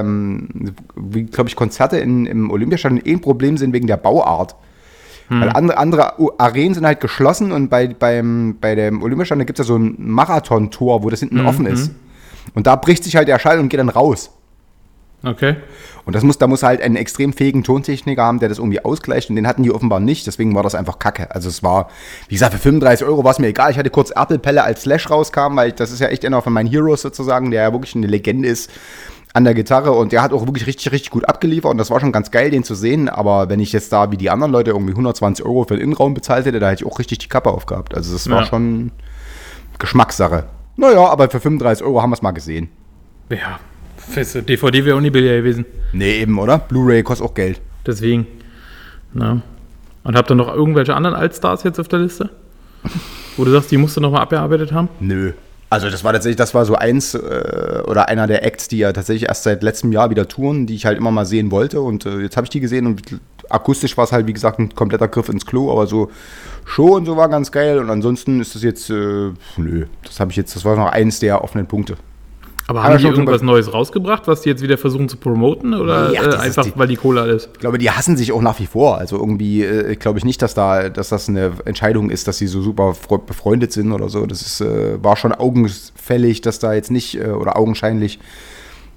wie glaube ich, Konzerte im Olympiastadion ein Problem sind wegen der Bauart. Weil andere Arenen sind halt geschlossen und bei dem Olympiastadion gibt es ja so ein Marathon-Tor, wo das hinten offen ist. Und da bricht sich halt der Schall und geht dann raus. Okay. Und da muss halt einen extrem fähigen Tontechniker haben, der das irgendwie ausgleicht. Und den hatten die offenbar nicht. Deswegen war das einfach kacke. Also es war, wie gesagt, für 35 € war es mir egal. Ich hatte kurz Ertelpelle, als Slash rauskam, weil das ist ja echt einer von meinen Heroes sozusagen, der ja wirklich eine Legende ist an der Gitarre. Und der hat auch wirklich richtig, richtig gut abgeliefert. Und das war schon ganz geil, den zu sehen. Aber wenn ich jetzt da wie die anderen Leute irgendwie 120 € für den Innenraum bezahlt hätte, da hätte ich auch richtig die Kappe aufgehabt. Also das war schon Geschmackssache. Naja, aber für 35 € haben wir es mal gesehen. Ja. Feste DVD wäre auch nie billiger gewesen. Nee, eben, oder? Blu-ray kostet auch Geld. Deswegen. Na. Und habt ihr noch irgendwelche anderen Altstars jetzt auf der Liste? Wo du sagst, die musst du nochmal abgearbeitet haben? Nö. Also das war so eins oder einer der Acts, die ja tatsächlich erst seit letztem Jahr wieder touren, die ich halt immer mal sehen wollte. Und jetzt habe ich die gesehen und akustisch war es halt, wie gesagt, ein kompletter Griff ins Klo, aber so Show und so war ganz geil. Und ansonsten ist das jetzt, nö, das war noch eins der offenen Punkte. Aber haben die irgendwas Neues rausgebracht, was die jetzt wieder versuchen zu promoten? Oder einfach, weil die Kohle alles? Ich glaube, die hassen sich auch nach wie vor. Also irgendwie glaube ich nicht, dass das eine Entscheidung ist, dass sie so super befreundet sind oder so. Das war schon augenfällig, dass da jetzt nicht, oder augenscheinlich,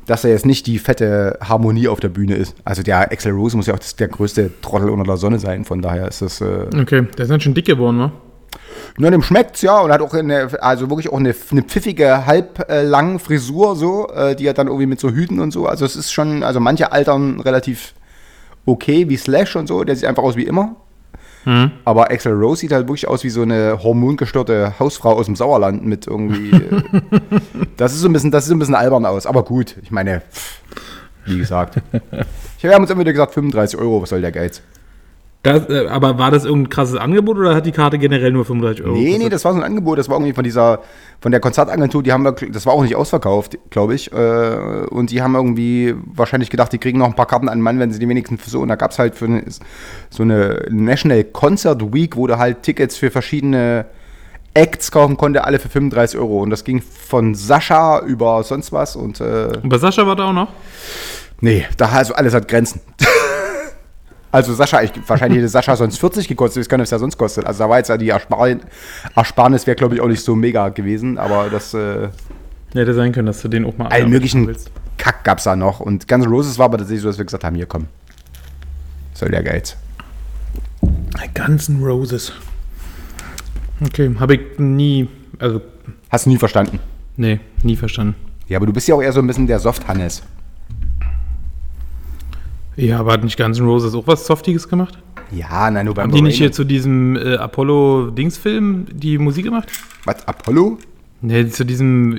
dass er jetzt nicht die fette Harmonie auf der Bühne ist. Also der Axl Rose muss ja auch der größte Trottel unter der Sonne sein, von daher ist das... Okay, der ist dann schon dick geworden, ne? Na, dem schmeckt's, ja, und hat auch wirklich auch eine pfiffige, halblange Frisur, so, die er dann irgendwie mit so Hüten und so, also es ist schon, also manche altern relativ okay, wie Slash und so, der sieht einfach aus wie immer. Aber Axl Rose sieht halt wirklich aus wie so eine hormongestörte Hausfrau aus dem Sauerland mit irgendwie, das sieht so ein bisschen albern aus, aber gut, ich meine, wie gesagt. Wir haben uns immer wieder gesagt, 35 €, was soll der Geiz? Aber war das irgendein krasses Angebot oder hat die Karte generell nur 35 €? Nee, das war so ein Angebot, das war irgendwie von der Konzertagentur, das war auch nicht ausverkauft, glaube ich. Und die haben irgendwie wahrscheinlich gedacht, die kriegen noch ein paar Karten an den Mann, wenn sie die wenigsten so. Und da gab es halt so eine National Concert Week, wo du halt Tickets für verschiedene Acts kaufen konnte, alle für 35 €. Und das ging von Sascha über sonst was. Und bei Sascha war da auch noch? Nee, also alles hat Grenzen. Also wahrscheinlich hätte Sascha sonst 40 gekostet, das kann es ja sonst kostet. Also da war jetzt ja die Ersparnis wäre, glaube ich, auch nicht so mega gewesen, aber das... Ja, hätte sein können, dass du den auch mal... Allen möglichen Kack gab's da noch und Guns N' Roses war aber tatsächlich so, dass wir gesagt haben, hier komm, soll der Geiz. Guns N' Roses. Okay, habe ich nie... Also hast du nie verstanden? Nee, nie verstanden. Ja, aber du bist ja auch eher so ein bisschen der Soft-Hannes. Ja, aber hat nicht Guns N' Roses auch was Softiges gemacht? Ja, nein, nur beim... Haben die nicht hier zu diesem Apollo-Dings-Film die Musik gemacht? Was, Apollo? Nee, zu diesem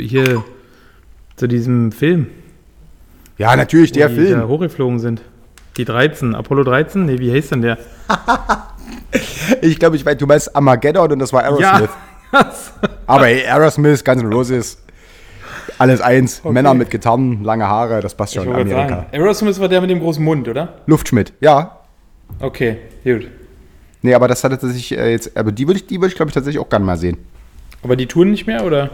Film. Ja, natürlich, der Film. Die da hochgeflogen sind. Die 13, Apollo 13? Nee, wie heißt denn der? Ich glaube, du meinst Armageddon und das war Aerosmith. Ja. Aber hey, Aerosmith, Guns N' Roses... Alles eins, okay. Männer mit Gitarren, lange Haare, das passt schon in Amerika. Aerosmith war der mit dem großen Mund, oder? Luftschmidt, ja. Okay, gut. Nee, aber das hatte sich jetzt, aber die würde ich glaube ich, tatsächlich auch gerne mal sehen. Aber die touren nicht mehr, oder?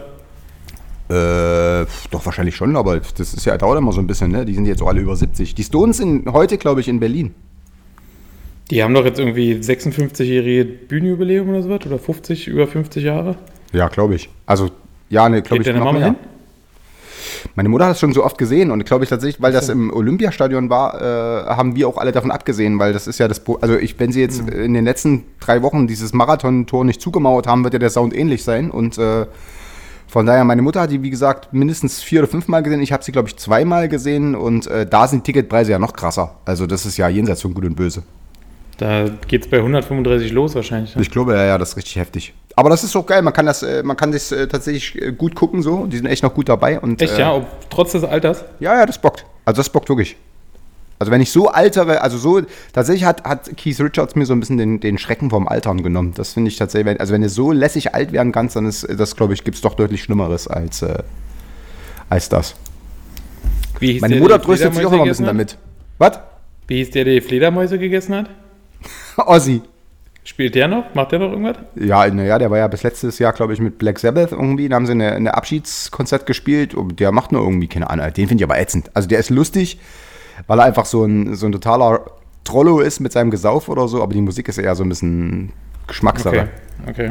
Doch, wahrscheinlich schon, aber das ist ja, dauert immer so ein bisschen, ne? Die sind jetzt auch alle über 70. Die Stones sind heute, glaube ich, in Berlin. Die haben doch jetzt irgendwie 56-jährige Bühnenjubiläum oder so was? Oder über 50 Jahre? Ja, glaube ich. Also, ja, ne, glaube ich, noch mehr. Hin? Meine Mutter hat es schon so oft gesehen und glaube ich tatsächlich, weil das im Olympiastadion war, haben wir auch alle davon abgesehen, weil das ist ja wenn sie jetzt in den letzten 3 Wochen dieses Marathon-Tor nicht zugemauert haben, wird ja der Sound ähnlich sein und von daher, meine Mutter hat die, wie gesagt, mindestens 4 oder 5 Mal gesehen, ich habe sie, glaube ich, 2-mal gesehen und da sind Ticketpreise ja noch krasser, also das ist ja jenseits von Gut und Böse. Da geht's bei 135 los wahrscheinlich. Ne? Ich glaube, ja, das ist richtig heftig. Aber das ist auch geil, man kann das tatsächlich gut gucken so. Die sind echt noch gut dabei. Und, echt, ja? Trotz des Alters? Ja, das bockt. Also das bockt wirklich. Also wenn ich so altere, tatsächlich hat Keith Richards mir so ein bisschen den Schrecken vom Altern genommen. Das finde ich tatsächlich, also wenn du so lässig alt werden kannst, dann ist das, glaube ich, gibt es doch deutlich Schlimmeres als das. Meine Mutter tröstet sich auch immer ein bisschen damit. Was? Wie hieß der die Fledermäuse gegessen hat? Ozzy. Spielt der noch? Macht der noch irgendwas? Ja, naja, der war ja bis letztes Jahr, glaube ich, mit Black Sabbath irgendwie. Da haben sie eine Abschiedskonzert gespielt und der macht nur irgendwie, keine Ahnung, den finde ich aber ätzend. Also der ist lustig, weil er einfach so ein totaler Trollo ist mit seinem Gesauf oder so, aber die Musik ist eher so ein bisschen Geschmackssache. Okay.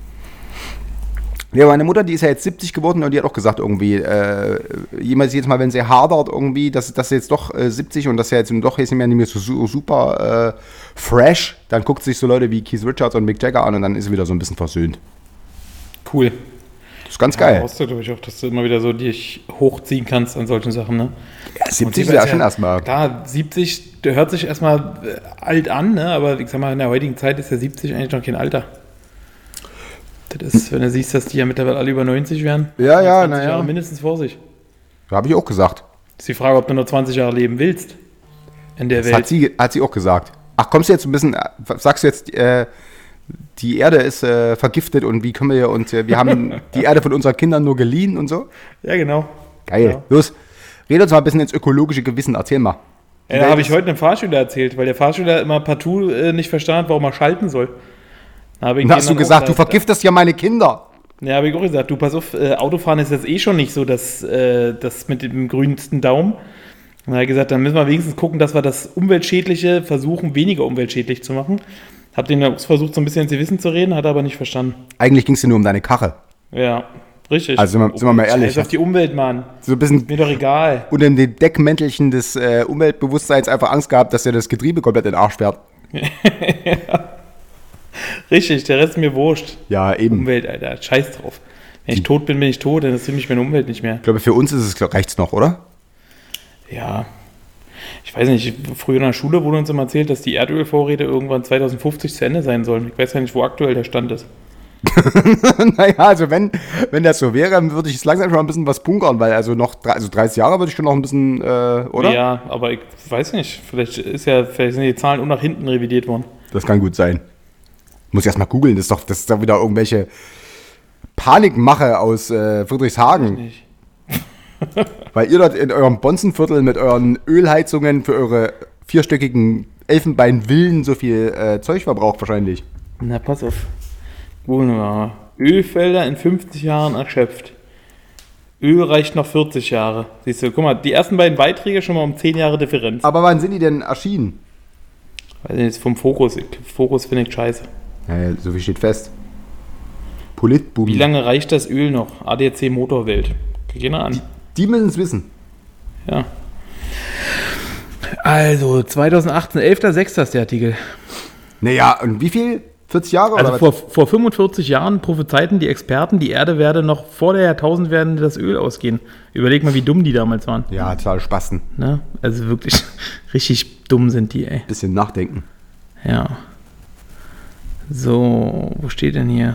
Ja, meine Mutter, die ist ja jetzt 70 geworden und die hat auch gesagt irgendwie, jedes Mal, wenn sie hadert irgendwie, dass sie jetzt doch 70 und das ja jetzt doch jetzt nicht mehr so super fresh, dann guckt sich so Leute wie Keith Richards und Mick Jagger an und dann ist sie wieder so ein bisschen versöhnt. Cool. Das ist ganz geil. Ja, brauchst du, glaube ich, auch, dass du immer wieder so dich hochziehen kannst an solchen Sachen, ne? Ja, 70 ist ja schon erstmal. Klar, 70, der hört sich erstmal alt an, ne? Aber ich sag mal, in der heutigen Zeit ist ja 70 eigentlich noch kein Alter. Das ist, wenn du siehst, dass die ja mittlerweile alle über 90 werden. Ja, naja. Jahre mindestens vor sich. Habe ich auch gesagt. Ist die Frage, ob du nur 20 Jahre leben willst in der Welt. Hat sie auch gesagt. Ach, kommst du jetzt ein bisschen, sagst du jetzt, die Erde ist vergiftet und wie können wir haben die Erde von unseren Kindern nur geliehen und so? Ja, genau. Geil. Genau. Los, red uns mal ein bisschen ins ökologische Gewissen, erzähl mal. Ja, da habe ich heute einem Fahrschüler erzählt, weil der Fahrschüler immer partout nicht verstanden hat, warum er schalten soll. Dann hast du gesagt, du vergiftest ja meine Kinder. Ja, habe ich auch gesagt, du pass auf, Autofahren ist jetzt eh schon nicht so das mit dem grünsten Daumen. Und er hat gesagt, dann müssen wir wenigstens gucken, dass wir das Umweltschädliche versuchen, weniger umweltschädlich zu machen. Hab den versucht, so ein bisschen ins Gewissen zu reden, hat er aber nicht verstanden. Eigentlich ging es dir nur um deine Karre. Ja, Richtig. Also sind wir mal ehrlich. Scheiß auf die Umwelt, Mann. So ein bisschen Mir doch egal. unter dem Deckmäntelchen des Umweltbewusstseins einfach Angst gehabt, dass ja das Getriebe komplett in den Arsch fährt. Richtig, der Rest ist mir wurscht. Ja, eben. Umwelt, Alter, scheiß drauf. Wenn ich tot bin, bin ich tot, dann interessiert mich meine Umwelt nicht mehr. Ich glaube, für uns reicht's noch, oder? Ja. Ich weiß nicht, früher in der Schule wurde uns immer erzählt, dass die Erdölvorräte irgendwann 2050 zu Ende sein sollen. Ich weiß ja nicht, wo aktuell der Stand ist. Naja, also wenn das so wäre, dann würde ich es langsam schon ein bisschen was bunkern, weil also 30 Jahre würde ich schon noch ein bisschen, oder? Ja, aber ich weiß nicht, vielleicht sind die Zahlen auch nach hinten revidiert worden. Das kann gut sein. Muss ich erst mal googeln, das ist doch wieder irgendwelche Panikmache aus Friedrichshagen. Nicht. Weil ihr dort in eurem Bonzenviertel mit euren Ölheizungen für eure 4-stöckigen Elfenbeinvillen so viel Zeug verbraucht wahrscheinlich. Na, pass auf. Wunderbar. Ölfelder in 50 Jahren erschöpft. Öl reicht noch 40 Jahre. Siehst du, guck mal, die ersten beiden Beiträge schon mal um 10 Jahre Differenz. Aber wann sind die denn erschienen? Weiß nicht, vom Fokus. Fokus finde ich scheiße. Ja, so viel steht fest. Politbum. Wie lange reicht das Öl noch? ADAC Motorwelt. Geh mal an. Die müssen es wissen. Ja. Also, 2018, 11.06. ist der Artikel. Naja, und wie viel? 40 Jahre Also oder was? vor 45 Jahren prophezeiten die Experten, die Erde werde noch vor der Jahrtausendwende das Öl ausgehen. Überleg mal, wie dumm die damals waren. Ja, total Spasten. Ne? Also wirklich richtig dumm sind die, ey. Bisschen nachdenken. Ja. So, wo steht denn hier?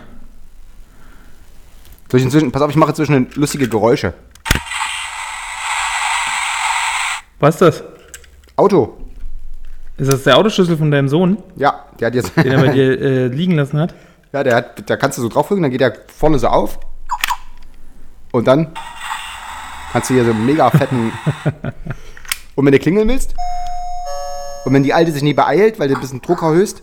Pass auf, ich mache inzwischen lustige Geräusche. Was ist das? Auto. Ist das der Autoschlüssel von deinem Sohn, Ja, der hat jetzt. den er bei dir liegen lassen hat? Ja, da kannst du so draufdrücken, dann geht der vorne so auf. Und dann kannst du hier so einen mega fetten. Und wenn du klingeln willst. Und wenn die Alte sich nicht beeilt, weil du ein bisschen Druck erhöhst.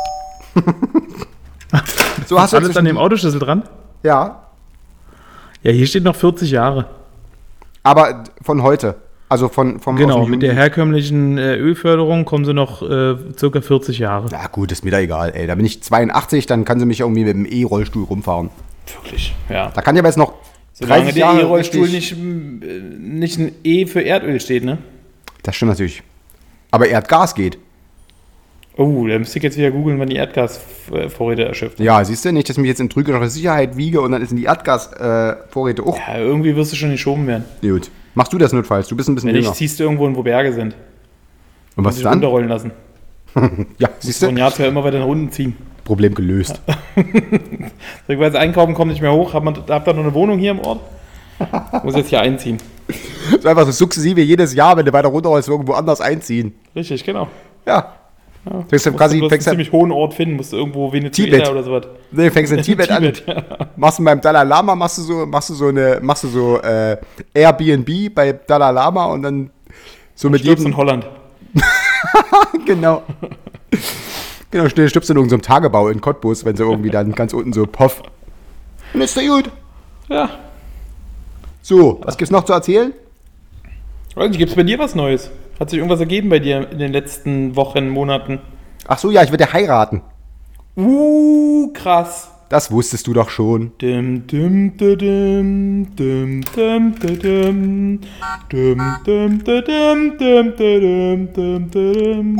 So hast du Alles an dem Autoschlüssel dran? Ja, Ja, hier steht noch 40 Jahre. aber von heute. Also vom Genau, aus dem mit der Juni. herkömmlichen Ölförderung kommen sie noch circa 40 Jahre. Ja gut, ist mir da egal, ey. Da bin ich 82, dann kann sie mich irgendwie mit dem E-Rollstuhl rumfahren. Wirklich, ja. Da kann ich aber jetzt noch Solange 30 der Jahre E-Rollstuhl richtig- nicht ein E für Erdöl steht, ne? Das stimmt natürlich. Aber Erdgas geht. Oh, da müsste ich jetzt wieder googeln, wann die Erdgasvorräte erschöpft sind. Ja, siehst du, nicht, dass ich mich jetzt in trügerischer Sicherheit wiege und dann sind die Erdgasvorräte auch. Ja, irgendwie wirst du schon geschoben werden. Gut. Machst du das notfalls? Du bist ein bisschen Wenn jünger. nicht, ziehst du irgendwo hin, wo Berge sind. Und was Sich dann? runterrollen lassen. Ja, siehst So ein du? Jahr zu immer weiter nach unten ziehen. Problem gelöst. Ich weiß, einkaufen kommt nicht mehr hoch. Habt ihr noch eine Wohnung hier im Ort? Muss jetzt hier einziehen. So einfach so sukzessive jedes Jahr, wenn du weiter runterrollst, irgendwo anders einziehen. Richtig, genau. Ja. Fängst du Musst quasi, du bloß einen fängst du, ziemlich hohen Ort finden. Musst du irgendwo Venezuela Tibet. oder sowas. nee, fängst in Tibet an. Tibet, ja. Machst du beim Dalai Lama, machst du so Airbnb bei Dalai Lama und dann so mit Stirbst jedem. in Holland. Genau. Genau, stirbst du in irgendeinem Tagebau in Cottbus, wenn sie irgendwie dann ganz unten so poff. Und ist der gut. Ja. So, was gibt's noch zu erzählen? Weiß nicht, gibt's bei dir was Neues? Hat sich irgendwas ergeben bei dir in den letzten Wochen, Monaten? Ach so, ja, ich werde heiraten. Krass. Das wusstest du doch schon. Dim, dim, dim, dim, dim, dim, dim, dim, dim, dim, dim, dim, dim, dim.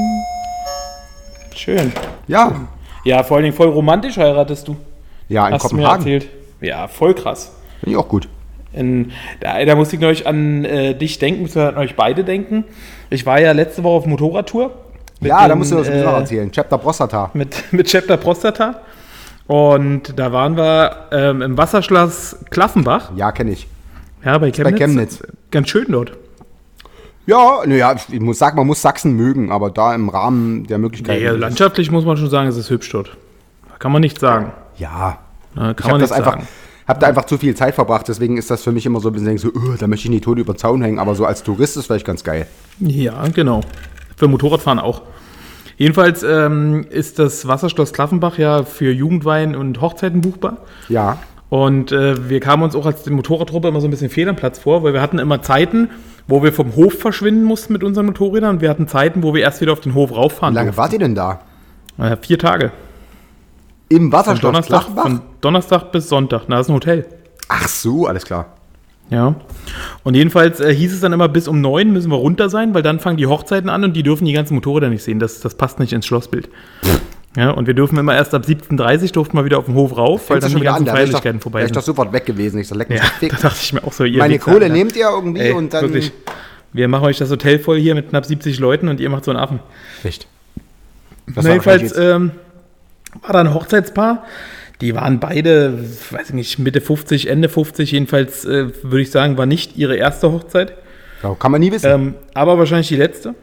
Schön. Ja. Ja, vor allen Dingen voll romantisch heiratest du. Ja, in Hast du mir Kopenhagen. erzählt. Ja, voll krass. Finde ich auch gut. Da musste ich neulich an dich denken, müssen wir an euch beide denken. Ich war ja letzte Woche auf Motorradtour. Ja, da musst du das sowieso noch erzählen. Chapter Prostata. Mit Chapter Prostata. Und da waren wir im Wasserschloss Klaffenbach. Ja, kenne ich. Ja, bei Chemnitz. Bei Chemnitz. Ganz schön dort. Ja, naja, ich muss sagen, man muss Sachsen mögen, aber da im Rahmen der Möglichkeiten. Ja, landschaftlich muss man schon sagen, es ist hübsch dort. Da kann man nichts sagen. Ja. Da Ich kann man habe nichts sagen. hab da einfach zu viel Zeit verbracht, deswegen ist das für mich immer so ein bisschen so, da möchte ich nicht tot über den Zaun hängen, aber so als Tourist ist vielleicht ganz geil. Ja, genau. Für Motorradfahren auch. Jedenfalls ist das Wasserschloss Klaffenbach ja für Jugendweihen und Hochzeiten buchbar. Ja. Und wir kamen uns auch als Motorradtruppe immer so ein bisschen fehl am Platz vor, weil wir hatten immer Zeiten, wo wir vom Hof verschwinden mussten mit unseren Motorrädern. Und wir hatten Zeiten, wo wir erst wieder auf den Hof rauffahren Wie lange wart ihr denn da? 4 Tage. Im Von Wasserschloss Klaffenbach? Donnerstag bis Sonntag. Na, das ist ein Hotel. Ach so, alles klar. Ja. Und jedenfalls hieß es dann immer, bis um 9 müssen wir runter sein, weil dann fangen die Hochzeiten an und die dürfen die ganzen Motorräder nicht sehen. Das passt nicht ins Schlossbild. Ja, und wir dürfen immer erst ab 17:30 durften wir wieder auf den Hof rauf, weil dann die ganzen Feierlichkeiten vorbei sind. sind. Da ist doch sofort weg gewesen. Ich so, leck mich Ja, weg. da dachte ich mir auch so, ihr Meine Wichser, Kohle Alter. nehmt ihr irgendwie Ey, und dann... Wirklich, wir machen euch das Hotel voll hier mit knapp 70 Leuten und ihr macht so einen Affen. Echt. Jedenfalls war da ein Hochzeitspaar. Die waren beide, weiß ich nicht, Mitte 50, Ende 50. Jedenfalls würde ich sagen, war nicht ihre erste Hochzeit. Ja, kann man nie wissen. Aber wahrscheinlich die letzte.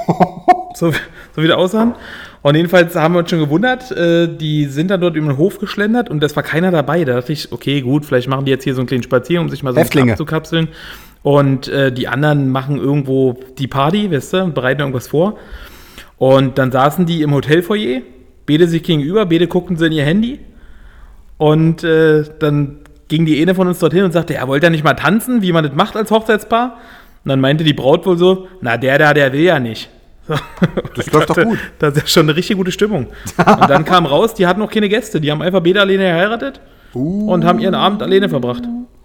so wie die aussahen. Und jedenfalls haben wir uns schon gewundert. Die sind dann dort über den Hof geschlendert und es war keiner dabei. Da dachte ich, okay, gut, vielleicht machen die jetzt hier so einen kleinen Spaziergang, um sich mal so Häftlinge abzukapseln. Und die anderen machen irgendwo die Party, weißt du, und bereiten irgendwas vor. Und dann saßen die im Hotelfoyer, beide sich gegenüber, beide guckten sie in ihr Handy. Und dann ging die eine von uns dorthin und sagte, wollt ihr nicht mal tanzen, wie man das macht als Hochzeitspaar? Und dann meinte die Braut wohl so, na der will ja nicht. So. Das läuft doch gut. Das ist ja schon eine richtig gute Stimmung. Und dann kam raus, die hatten noch keine Gäste, die haben einfach beide alleine geheiratet und haben ihren Abend alleine verbracht.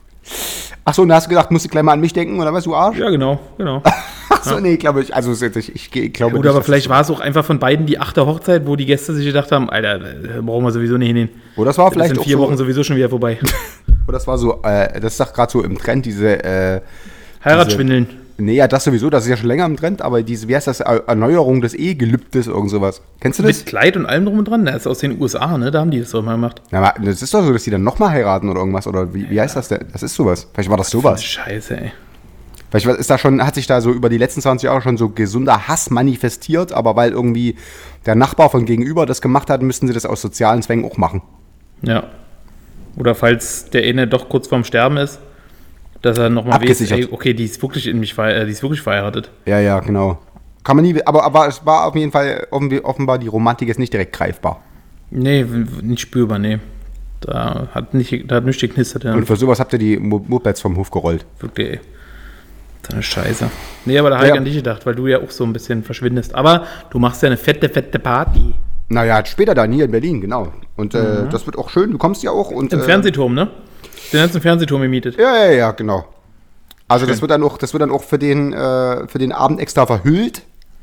Ach so, und da hast du gedacht, musst du gleich mal an mich denken, oder was, du Arsch? Ja, genau. Ach so, nee, glaube ich, also ich glaube Gut, nicht, aber dass vielleicht das war es auch einfach von beiden die 8. Hochzeit, wo die Gäste sich gedacht haben, Alter, brauchen wir sowieso nicht hingehen. Oder das war Das vielleicht sind auch 4 so, Wochen sowieso schon wieder vorbei. Oder das war so, das ist doch gerade so im Trend, diese Heiratsschwindeln. Nee, ja, das sowieso, das ist ja schon länger im Trend, aber diese, wie heißt das, Erneuerung des Ehegelübdes, irgend sowas. Kennst du das? Mit Kleid und allem drum und dran. Das ist aus den USA, ne? Da haben die das doch mal gemacht. Ja, aber das ist doch so, dass die dann nochmal heiraten oder irgendwas, oder wie heißt das denn? Das ist sowas. Vielleicht war das sowas. Scheiße, ey. Vielleicht ist da schon, hat sich da so über die letzten 20 Jahre schon so gesunder Hass manifestiert, aber weil irgendwie der Nachbar von gegenüber das gemacht hat, müssten sie das aus sozialen Zwängen auch machen. Ja. Oder falls der eine doch kurz vorm Sterben ist, dass er nochmal weiß, ey, okay, die ist wirklich verheiratet. Ja, genau. Kann man nie, aber es war auf jeden Fall offenbar, die Romantik ist nicht direkt greifbar. Nee, nicht spürbar, nee. Da hat nichts geknistert. Ja. Und für sowas habt ihr die Mopeds vom Hof gerollt. Wirklich, ey. So eine Scheiße. Nee, aber da habe ich an dich gedacht, weil du ja auch so ein bisschen verschwindest. Aber du machst ja eine fette Party. Naja, später dann hier in Berlin, genau. Und das wird auch schön, du kommst ja auch. Und, im Fernsehturm, ne? Den hast du im Fernsehturm gemietet. Ja, genau. Also das wird dann auch für den Abend extra verhüllt.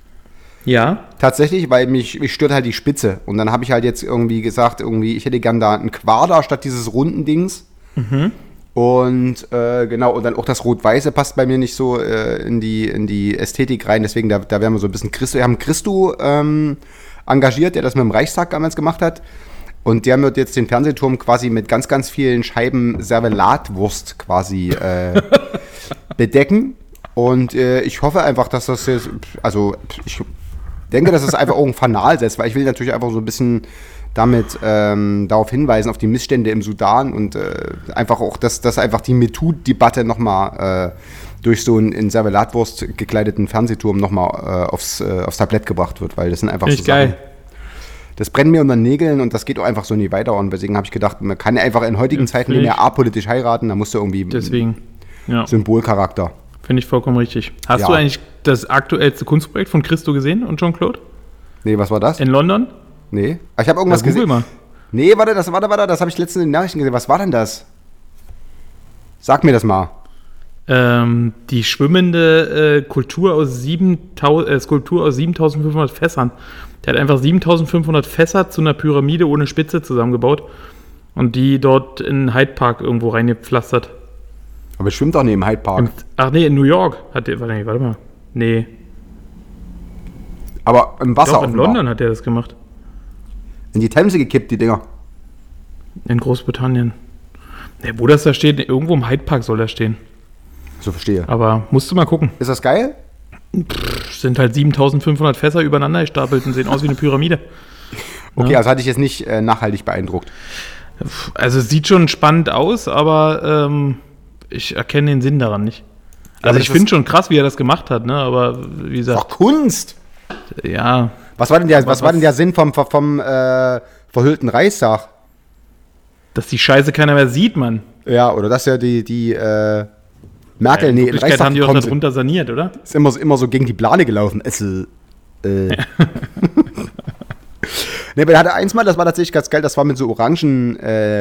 Ja. Tatsächlich, weil mich stört halt die Spitze. Und dann habe ich halt jetzt irgendwie gesagt, ich hätte gern da einen Quader statt dieses runden Dings. Mhm. Und genau, und dann auch das Rot-Weiße passt bei mir nicht so in die Ästhetik rein. Deswegen, da werden wir so ein bisschen Christo. Wir haben Christo engagiert, der das mit dem Reichstag damals gemacht hat. Und der wird jetzt den Fernsehturm quasi mit ganz, ganz vielen Scheiben Servelatwurst quasi bedecken. Und ich hoffe einfach, dass das jetzt, also ich denke, dass es einfach auch ein Fanal setzt, weil ich will natürlich einfach so ein bisschen damit darauf hinweisen, auf die Missstände im Sudan und einfach auch, dass einfach die MeToo-Debatte nochmal durch so einen in Servelatwurst gekleideten Fernsehturm nochmal aufs Tablett gebracht wird, weil das sind einfach so Sachen. Geil. Das brennt mir unter den Nägeln und das geht auch einfach so nie weiter. Und deswegen habe ich gedacht, man kann einfach in heutigen Zeiten nicht mehr apolitisch heiraten, da musst du irgendwie Symbolcharakter. Finde ich vollkommen richtig. Hast du eigentlich das aktuellste Kunstprojekt von Christo gesehen und Jean-Claude? Nee, was war das? In London? Nee. Ich habe irgendwas gesehen. Mal. Nee, warte, das habe ich letztens in den Nachrichten gesehen. Was war denn das? Sag mir das mal. Die schwimmende Skulptur aus 7500 Fässern. Der hat einfach 7500 Fässer zu einer Pyramide ohne Spitze zusammengebaut und die dort in Hyde Park irgendwo reingepflastert. Aber es schwimmt doch nicht im Hyde Park. In New York hat der, warte mal. Nee. Aber im Wasser doch, in London hat der das gemacht. In die Themse gekippt, die Dinger. In Großbritannien. Ne, wo das da steht, irgendwo im Hyde Park soll das stehen. So, verstehe. Aber musst du mal gucken. Ist das geil? Sind halt 7500 Fässer übereinander gestapelt und sehen aus wie eine Pyramide. Okay, also hatte ich jetzt nicht nachhaltig beeindruckt. Also es sieht schon spannend aus, aber ich erkenne den Sinn daran nicht. Also ich finde schon krass, wie er das gemacht hat, ne? Aber wie gesagt. Doch Kunst! Ja. Was war denn der Sinn vom verhüllten Reichstag? Dass die Scheiße keiner mehr sieht, Mann. Ja, oder dass ja die Merkel, in Wirklichkeit haben die auch darunter saniert, oder? Ist immer so gegen die Plane gelaufen. Ne, aber er hatte eins mal, das war tatsächlich ganz geil, das war mit so orangen,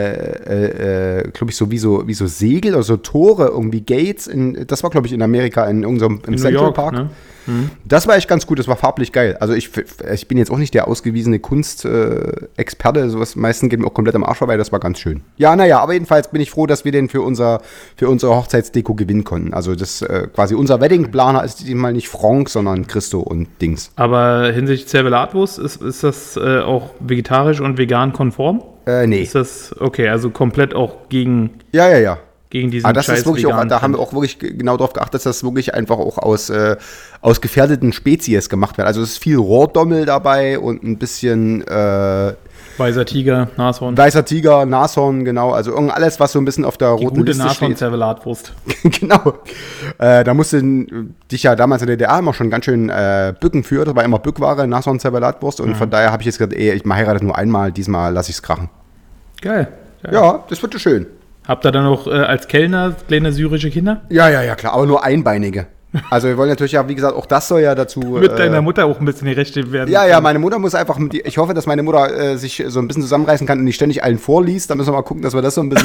glaube ich, so wie so Segel oder so Tore, irgendwie Gates. Das war, glaube ich, in Amerika, im Central York, Park. ne? Das war echt ganz gut, das war farblich geil. Also ich bin jetzt auch nicht der ausgewiesene Kunstexperte, sowas meistens geht mir auch komplett am Arsch vorbei, das war ganz schön. Ja, naja, aber jedenfalls bin ich froh, dass wir den für unsere Hochzeitsdeko gewinnen konnten. Also das quasi unser Weddingplaner ist diesmal nicht Franck, sondern Christo und Dings. Aber hinsichtlich Zervelatwurst, ist das auch vegetarisch und vegan konform? Nee. Ist das, okay, also komplett auch gegen diesen Aber das Scheiß ist wirklich auch, vegan da haben wir auch wirklich genau darauf geachtet, dass das wirklich einfach auch aus gefährdeten Spezies gemacht wird. Also es ist viel Rohrdommel dabei und ein bisschen Weißer Tiger, Nashorn. Weißer Tiger, Nashorn, genau. Also alles, was so ein bisschen auf der roten gute Liste steht. Nashorn-Zervelatwurst. Genau. Da musste dich ja damals in der DDR immer schon ganz schön bücken für. Das war immer Bückware, Nashorn-Zervelatwurst. Und von daher habe ich jetzt gesagt, ich heirate nur einmal, diesmal lasse ich es krachen. Geil. Ja, das wird schön. Habt ihr dann noch als Kellner kleine syrische Kinder? Ja, klar, aber nur einbeinige. Also wir wollen natürlich ja, wie gesagt, auch das soll ja dazu... Mit deiner Mutter auch ein bisschen die Rechte werden. Ja, meine Mutter muss einfach... Ich hoffe, dass meine Mutter sich so ein bisschen zusammenreißen kann und nicht ständig allen vorliest. Da müssen wir mal gucken, dass wir das so ein bisschen...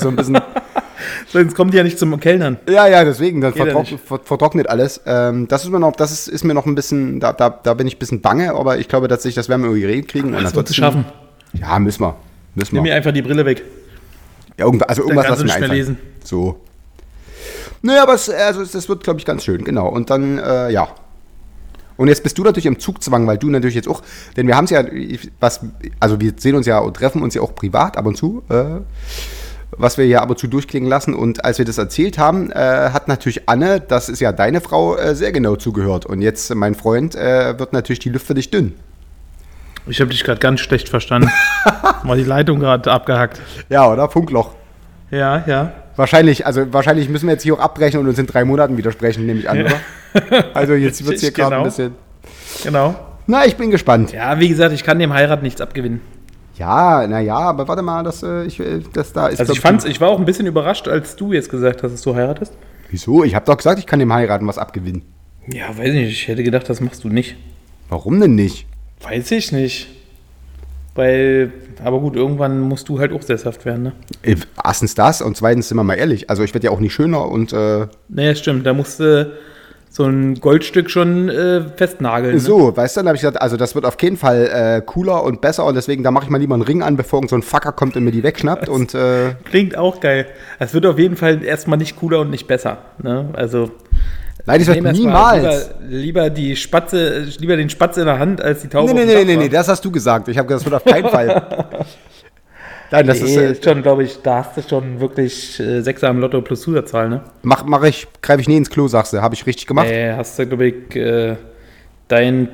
Sonst kommt die ja nicht zum Kellnern. Ja, deswegen, dann vertrocknet alles. Das ist mir noch ein bisschen... Da bin ich ein bisschen bange, aber ich glaube tatsächlich, das werden wir irgendwie kriegen. Das wird es schaffen. Ja, müssen wir. Nimm mir einfach die Brille weg. Ja, irgendwas lassen wir nicht mehr lesen. So. Naja, aber das wird, glaube ich, ganz schön, genau. Und dann, ja. Und jetzt bist du natürlich im Zugzwang, weil du natürlich jetzt auch, denn wir haben es ja, wir sehen uns ja und treffen uns ja auch privat ab und zu, was wir ja ab und zu durchklingen lassen. Und als wir das erzählt haben, hat natürlich Anne, das ist ja deine Frau, sehr genau zugehört. Und jetzt, mein Freund, wird natürlich die Luft für dich dünn. Ich habe dich gerade ganz schlecht verstanden. War die Leitung gerade abgehackt. Ja, oder? Funkloch. Ja. Wahrscheinlich müssen wir jetzt hier auch abbrechen und uns in 3 Monaten widersprechen, nehme ich an, oder? Also jetzt wird es hier gerade ein bisschen... Genau. Na, ich bin gespannt. Ja, wie gesagt, ich kann dem Heirat nichts abgewinnen. Ja, naja, aber warte mal, das da ist... Also ich war auch ein bisschen überrascht, als du jetzt gesagt hast, dass du heiratest. Wieso? Ich habe doch gesagt, ich kann dem Heiraten was abgewinnen. Ja, weiß nicht, ich hätte gedacht, das machst du nicht. Warum denn nicht? Weiß ich nicht. Aber gut, irgendwann musst du halt auch sesshaft werden, ne? Erstens das und zweitens sind wir mal ehrlich, also ich werde ja auch nicht schöner und... Naja, stimmt, da musst du so ein Goldstück schon festnageln. Ne? So, weißt du, dann habe ich gesagt, also das wird auf jeden Fall cooler und besser und deswegen, da mache ich mal lieber einen Ring an, bevor so ein Fucker kommt und mir die wegschnappt und... Klingt auch geil. Es wird auf jeden Fall erstmal nicht cooler und nicht besser, ne? Also... Nein, das wird niemals. Lieber den Spatz in der Hand als die Taube. Nee, das hast du gesagt. Ich habe gesagt, das wird auf keinen Fall. Nein, das ist schon, glaube ich, da hast du schon wirklich 6 am Lotto plus Zusatzzahl, ne? Greife ich nie ins Klo, sagst du. Habe ich richtig gemacht? Hast du, glaube ich, dein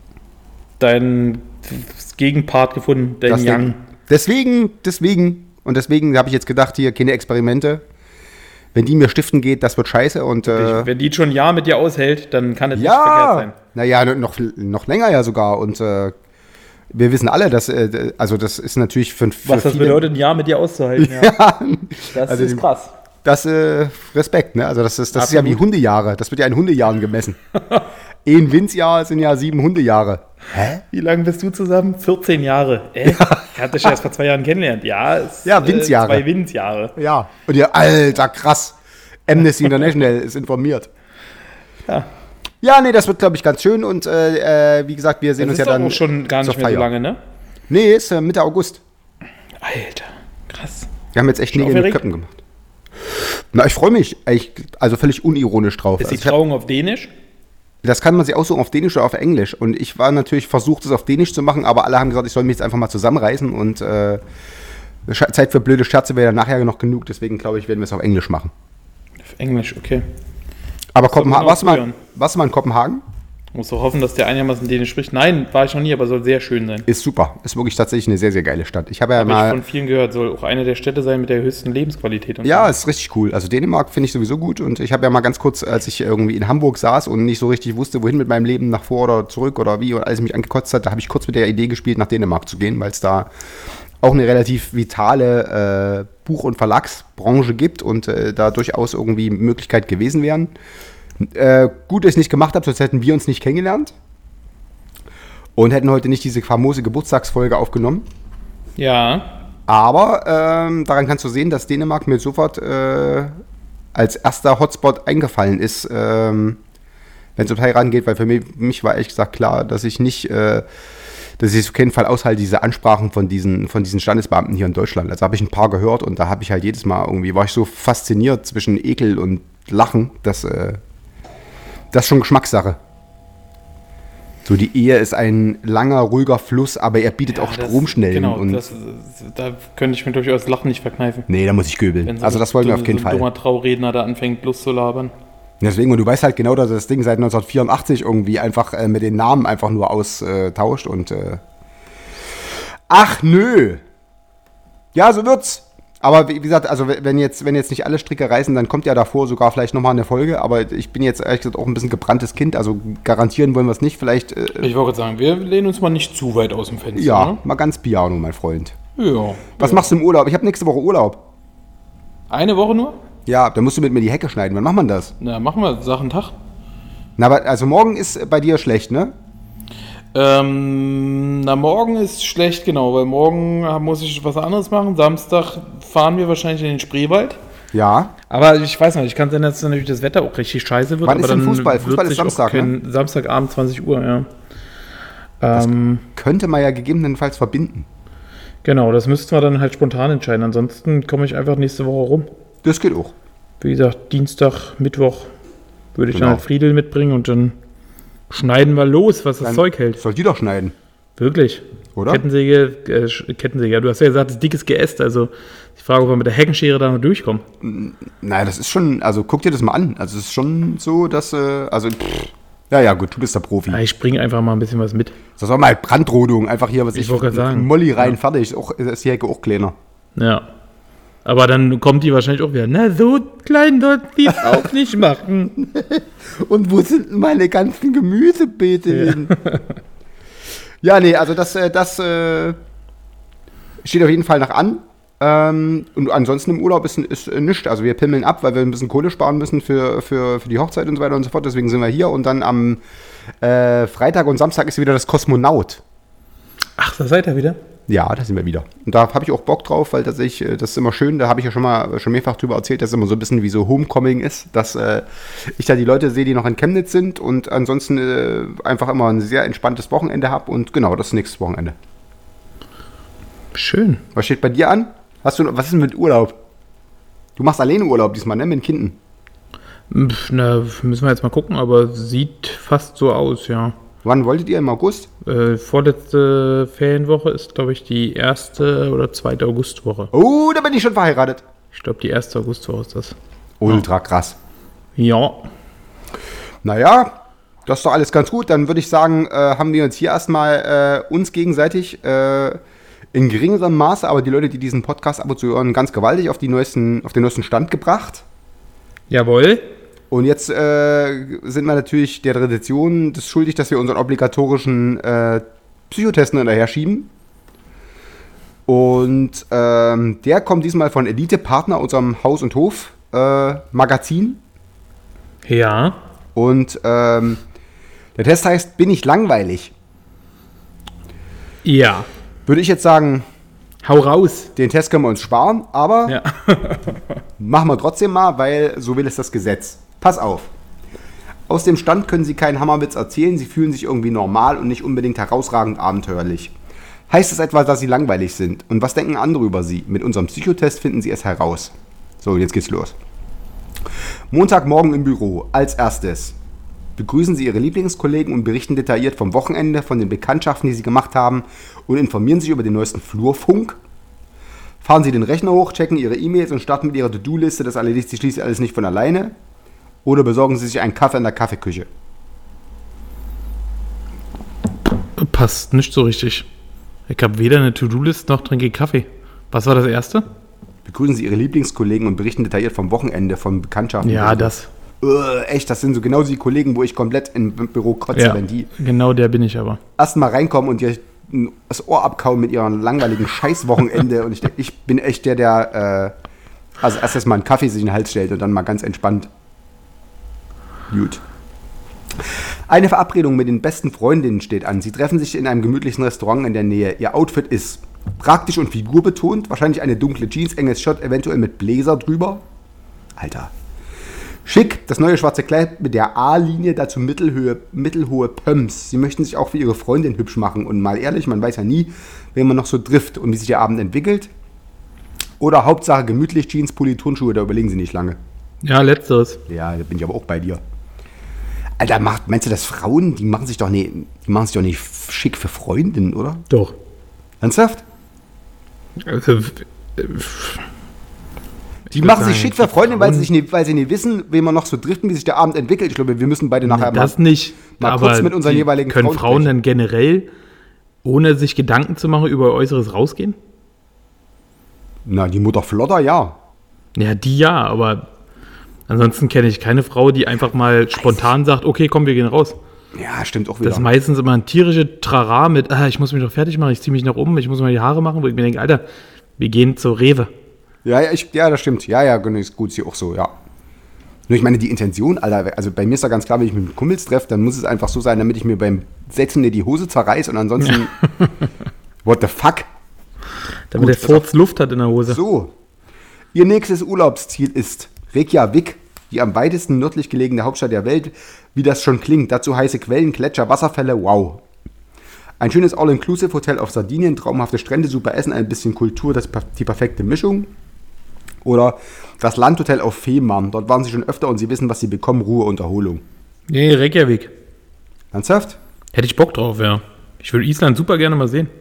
Gegenpart gefunden, dein Young. Deswegen habe ich jetzt gedacht, hier keine Experimente. Wenn die mir stiften geht, das wird scheiße. Und, wenn die schon ein Jahr mit dir aushält, dann kann es nicht verkehrt sein. Naja, noch länger ja sogar. Und wir wissen alle, dass das ist natürlich für was das viele, bedeutet, ein Jahr mit dir auszuhalten. Ja. Das ist krass. Das Respekt, ne? Also das ist ja wie Hundejahre. Das wird ja in Hundejahren gemessen. Ein Winzjahr sind ja 7 Hundejahre. Hä? Wie lange bist du zusammen? 14 Jahre. Ich hatte dich erst vor 2 Jahren kennengelernt. Ja, Winzjahre. 2 Winzjahre. Ja. Und ihr, Alter, krass. Amnesty International ist informiert. Ja. Ja, nee, das wird, glaube ich, ganz schön. Und wie gesagt, wir sehen uns ja dann. Das ist auch schon gar nicht mehr so lange, ne? Nee, ist Mitte August. Alter, krass. Wir haben jetzt echt Nägel mit Köppen gemacht. Na, ich freue mich. Also völlig unironisch drauf. Ist die Trauung auf Dänisch? Das kann man sich aussuchen, auf Dänisch oder auf Englisch. Und ich war natürlich versucht, das auf Dänisch zu machen, aber alle haben gesagt, ich soll mich jetzt einfach mal zusammenreißen. Und Zeit für blöde Scherze wäre dann nachher noch genug. Deswegen, glaube ich, werden wir es auf Englisch machen. Auf Englisch, okay. Aber Kopenhagen, warst du mal in Kopenhagen? Musst du hoffen, dass der einigermaßen Dänisch spricht. Nein, war ich noch nie, aber soll sehr schön sein. Ist super. Ist wirklich tatsächlich eine sehr, sehr geile Stadt. Ich habe ich von vielen gehört, soll auch eine der Städte sein mit der höchsten Lebensqualität. Und ja, so. Ist richtig cool. Also Dänemark finde ich sowieso gut. Und ich habe ja mal ganz kurz, als ich irgendwie in Hamburg saß und nicht so richtig wusste, wohin mit meinem Leben, nach vor oder zurück oder wie, und alles mich angekotzt hat, da habe ich kurz mit der Idee gespielt, nach Dänemark zu gehen, weil es da auch eine relativ vitale Buch- und Verlagsbranche gibt und da durchaus irgendwie Möglichkeit gewesen wären. Gut, dass ich es nicht gemacht habe, sonst hätten wir uns nicht kennengelernt. und hätten heute nicht diese famose Geburtstagsfolge aufgenommen. Ja. Aber daran kannst du sehen, dass Dänemark mir sofort als erster Hotspot eingefallen ist, wenn es um Thailand geht, weil für mich war ehrlich gesagt klar, dass ich nicht, dass ich es auf keinen Fall aushalte, diese Ansprachen von diesen Standesbeamten hier in Deutschland. Also habe ich ein paar gehört und da habe ich halt jedes Mal irgendwie, war ich so fasziniert zwischen Ekel und Lachen, dass das ist schon Geschmackssache. So, die Ehe ist ein langer, ruhiger Fluss, aber er bietet auch Stromschnellen. Genau, da könnte ich mir durchaus Lachen nicht verkneifen. Nee, da muss ich göbeln. Also das wollen wir auf keinen Fall. Wenn so ein dummer Trauredner da anfängt, Lust zu labern. Deswegen, und du weißt halt genau, dass das Ding seit 1984 irgendwie einfach mit den Namen einfach nur austauscht und ach nö. Ja, so wird's. Aber wie gesagt, also wenn jetzt nicht alle Stricke reißen, dann kommt ja davor sogar vielleicht nochmal eine Folge, aber ich bin jetzt ehrlich gesagt auch ein bisschen gebranntes Kind, also garantieren wollen wir es nicht, vielleicht... ich wollte sagen, wir lehnen uns mal nicht zu weit aus dem Fenster. Ja, ne? Mal ganz Piano, mein Freund. Ja. Was machst du im Urlaub? Ich habe nächste Woche Urlaub. Eine Woche nur? Ja, dann musst du mit mir die Hecke schneiden. Wann macht man das? Na, machen wir Sachen Tag. Na, aber also morgen ist bei dir schlecht, ne? Morgen ist schlecht, genau, weil morgen muss ich was anderes machen. Samstag fahren wir wahrscheinlich in den Spreewald. Ja. Aber ich weiß noch, ich kann sehen, dass natürlich das Wetter auch richtig scheiße wird. Wann ist denn Fußball? Fußball ist Samstag, ne? Samstagabend, 20 Uhr, ja. Das könnte man ja gegebenenfalls verbinden. Genau, das müssten wir dann halt spontan entscheiden. Ansonsten komme ich einfach nächste Woche rum. Das geht auch. Wie gesagt, Dienstag, Mittwoch würde ich dann halt Friedel mitbringen und dann schneiden wir los, was das Dann Zeug hält. Soll die doch schneiden. Wirklich? Oder? Kettensäge, ja, du hast ja gesagt, das ist dickes Geäst, also ich frage, ob wir mit der Heckenschere da noch durchkommen. Naja, das ist schon, also guck dir das mal an. Also es ist schon so, dass, ja gut, du bist der Profi. Ja, ich bringe einfach mal ein bisschen was mit. Das war mal Brandrodung, einfach hier, was ich wollte gerade sagen. Molly rein, fertig, ist die Hecke auch kleiner. Ja. Aber dann kommt die wahrscheinlich auch wieder, na so klein dort sie es auch nicht machen. Und wo sind denn meine ganzen Gemüsebeete hin? Ja, nee, also das steht auf jeden Fall noch an. Und ansonsten im Urlaub ist nichts. Also wir pimmeln ab, weil wir ein bisschen Kohle sparen müssen für die Hochzeit und so weiter und so fort. Deswegen sind wir hier. Und dann am Freitag und Samstag ist wieder das Kosmonaut. Ach, da seid ihr wieder? Ja, da sind wir wieder. Und da habe ich auch Bock drauf, weil das ist immer schön. Da habe ich ja schon mehrfach drüber erzählt, dass es immer so ein bisschen wie so Homecoming ist, dass ich da die Leute sehe, die noch in Chemnitz sind und ansonsten einfach immer ein sehr entspanntes Wochenende habe. Und genau, das ist nächstes Wochenende. Schön. Was steht bei dir an? Was ist denn mit Urlaub? Du machst alleine Urlaub diesmal, ne? Mit den Kindern. Na, müssen wir jetzt mal gucken, aber sieht fast so aus, ja. Wann wolltet ihr? Im August? Vorletzte Ferienwoche ist, glaube ich, die 1. oder 2. Augustwoche. Oh, da bin ich schon verheiratet. Ich glaube, die 1. Augustwoche ist das. Ultra krass. Ja. Naja, das ist doch alles ganz gut. Dann würde ich sagen, haben wir uns hier erstmal uns gegenseitig in geringerem Maße, aber die Leute, die diesen Podcast ab und zu hören, ganz gewaltig auf den neuesten Stand gebracht. Jawohl. Und jetzt sind wir natürlich der Tradition das schuldig, dass wir unseren obligatorischen Psychotest hinterher schieben. Und der kommt diesmal von Elite Partner, unserem Haus- und Hof-Magazin. Ja. Und der Test heißt, bin ich langweilig? Ja. Würde ich jetzt sagen, hau raus. Den Test können wir uns sparen, aber ja. Machen wir trotzdem mal, weil so will es das Gesetz. Pass auf. Aus dem Stand können Sie keinen Hammerwitz erzählen, Sie fühlen sich irgendwie normal und nicht unbedingt herausragend abenteuerlich. Heißt es etwa, dass Sie langweilig sind? Und was denken andere über Sie? Mit unserem Psychotest finden Sie es heraus. So, jetzt geht's los. Montagmorgen im Büro. Als erstes. Begrüßen Sie Ihre Lieblingskollegen und berichten detailliert vom Wochenende, von den Bekanntschaften, die Sie gemacht haben und informieren sich über den neuesten Flurfunk. Fahren Sie den Rechner hoch, checken Ihre E-Mails und starten mit Ihrer To-Do-Liste. Das erledigt sich schließlich alles nicht von alleine. Oder besorgen Sie sich einen Kaffee in der Kaffeeküche. Passt nicht so richtig. Ich habe weder eine To-Do-List noch trinke Kaffee. Was war das erste? Begrüßen Sie Ihre Lieblingskollegen und berichten detailliert vom Wochenende, von Bekanntschaften. Ja, das. Echt, das sind so genauso die Kollegen, wo ich komplett im Büro kotze, ja, wenn die genau der bin ich aber. Erstmal reinkommen und dir das Ohr abkauen mit ihrem langweiligen Scheißwochenende. Und ich bin echt der also erst mal einen Kaffee sich in den Hals stellt und dann mal ganz entspannt. Gut. Eine Verabredung mit den besten Freundinnen steht an. Sie treffen sich in einem gemütlichen Restaurant in der Nähe. Ihr Outfit ist praktisch und figurbetont. Wahrscheinlich eine dunkle Jeans, enges Shirt, eventuell mit Bläser drüber. Alter. Schick, das neue schwarze Kleid mit der A-Linie, dazu mittelhohe Pumps. Sie möchten sich auch für ihre Freundin hübsch machen. Und mal ehrlich, man weiß ja nie, wen man noch so trifft und wie sich der Abend entwickelt. Oder Hauptsache gemütlich, Jeans, Pulli, Turnschuhe, da überlegen sie nicht lange. Ja, letzteres. Ja, da bin ich aber auch bei dir. Alter, meinst du, dass Frauen, die machen sich doch nicht schick für Freundinnen, oder? Doch. Ernsthaft? Also, die machen sich schick für Freundinnen, weil sie nicht wissen, wen man noch so trifft und wie sich der Abend entwickelt. Ich glaube, wir müssen beide nachher mal kurz mit unseren jeweiligen Können Frauen dann generell, ohne sich Gedanken zu machen, über Äußeres rausgehen? Na, die Mutter Flotter, ja. Ja, die ja, aber ansonsten kenne ich keine Frau, die einfach mal spontan sagt, okay, komm, wir gehen raus. Ja, stimmt auch wieder. Das ist meistens immer ein tierische Trara mit, ich muss mich noch fertig machen, ich ziehe mich noch um, ich muss mal die Haare machen, wo ich mir denke, Alter, wir gehen zur Rewe. Ja, das stimmt. Ja, ist gut, sie auch so, ja. Nur ich meine, die Intention, Alter, also bei mir ist ja ganz klar, wenn ich mich mit Kumpels treffe, dann muss es einfach so sein, damit ich mir beim Setzen die Hose zerreiß und ansonsten, what the fuck? Damit der Furz Luft hat in der Hose. So, ihr nächstes Urlaubsziel ist Reykjavik, die am weitesten nördlich gelegene Hauptstadt der Welt, wie das schon klingt. Dazu heiße Quellen, Gletscher, Wasserfälle, wow. Ein schönes All-Inclusive-Hotel auf Sardinien, traumhafte Strände, super Essen, ein bisschen Kultur, das ist die perfekte Mischung. Oder das Landhotel auf Fehmarn. Dort waren sie schon öfter und sie wissen, was sie bekommen, Ruhe und Erholung. Nee, Reykjavik. Ernsthaft? Hätte ich Bock drauf, ja. Ich würde Island super gerne mal sehen.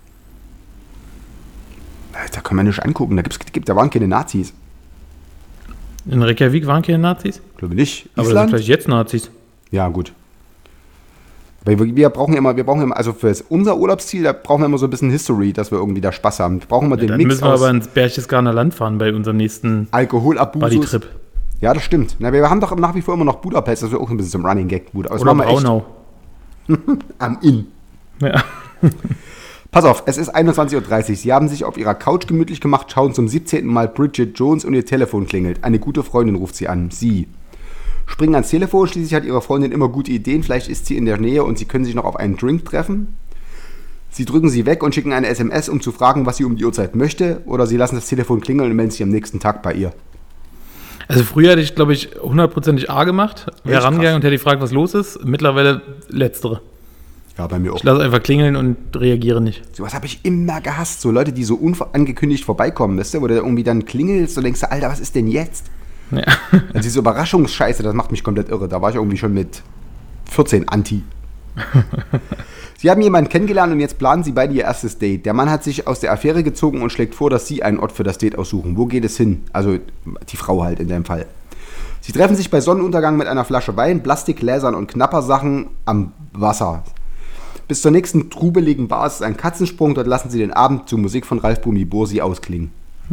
Da kann man nicht angucken, da waren keine Nazis. In Reykjavik waren keine Nazis? Glaube nicht. Aber da sind vielleicht jetzt Nazis. Ja, gut. Weil wir brauchen immer, also für unser Urlaubsziel, da brauchen wir immer so ein bisschen History, dass wir irgendwie da Spaß haben. Wir brauchen immer den dann Mix müssen wir aber ins Berchtesgadener Land fahren bei unserem nächsten Alkoholabusus. Buddy-Trip. Ja, das stimmt. Na, wir haben doch nach wie vor immer noch Budapest, das wäre auch ein bisschen zum Running Gag. Oder Braunau. Am Inn. Ja. Pass auf, es ist 21.30 Uhr. Sie haben sich auf ihrer Couch gemütlich gemacht, schauen zum 17. Mal Bridget Jones und ihr Telefon klingelt. Eine gute Freundin ruft sie an. Sie springen ans Telefon, schließlich hat ihre Freundin immer gute Ideen, vielleicht ist sie in der Nähe und sie können sich noch auf einen Drink treffen. Sie drücken sie weg und schicken eine SMS, um zu fragen, was sie um die Uhrzeit möchte, oder sie lassen das Telefon klingeln und melden sich am nächsten Tag bei ihr. Also früher hätte ich, glaube ich, 100%ig A gemacht, wäre rangegangen und hätte gefragt, was los ist. Mittlerweile letztere. Ja, bei mir auch. Ich lasse einfach klingeln und reagiere nicht. Sowas habe ich immer gehasst. So Leute, die so unangekündigt vorbeikommen, weißt du, wo du irgendwie dann klingelst und denkst, Alter, was ist denn jetzt? Ja. Also diese Überraschungsscheiße, das macht mich komplett irre. Da war ich irgendwie schon mit 14 anti. Sie haben jemanden kennengelernt und jetzt planen sie beide ihr erstes Date. Der Mann hat sich aus der Affäre gezogen und schlägt vor, dass sie einen Ort für das Date aussuchen. Wo geht es hin? Also die Frau halt in dem Fall. Sie treffen sich bei Sonnenuntergang mit einer Flasche Wein, Plastikgläsern und Knappersachen am Wasser. Bis zur nächsten trubeligen Bar ist es ein Katzensprung. Dort lassen sie den Abend zu Musik von Ralf Bumi-Bursi ausklingen.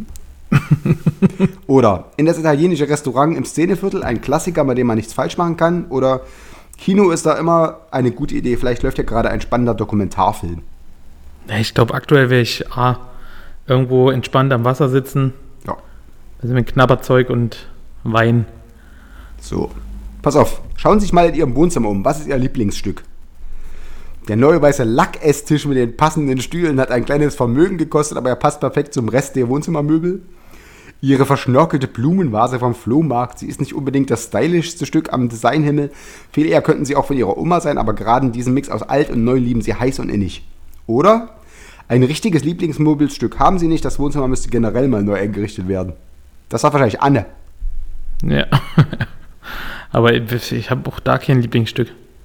Oder in das italienische Restaurant im Szeneviertel, ein Klassiker, bei dem man nichts falsch machen kann. Oder Kino ist da immer eine gute Idee. Vielleicht läuft ja gerade ein spannender Dokumentarfilm. Ich glaube, aktuell wäre ich irgendwo entspannt am Wasser sitzen. Ja. Also mit Knabberzeug und Wein. So, pass auf. Schauen Sie sich mal in Ihrem Wohnzimmer um. Was ist Ihr Lieblingsstück? Der neue weiße Lackesstisch mit den passenden Stühlen hat ein kleines Vermögen gekostet, aber er passt perfekt zum Rest der Wohnzimmermöbel. Ihre verschnörkelte Blumenvase vom Flohmarkt. Sie ist nicht unbedingt das stylischste Stück am Designhimmel. Viel eher könnten sie auch von ihrer Oma sein, aber gerade in diesem Mix aus alt und neu lieben sie heiß und innig. Oder ein richtiges Lieblingsmöbelstück haben sie nicht. Das Wohnzimmer müsste generell mal neu eingerichtet werden. Das war wahrscheinlich Anne. Ja. Aber ich habe auch da kein Lieblingsstück.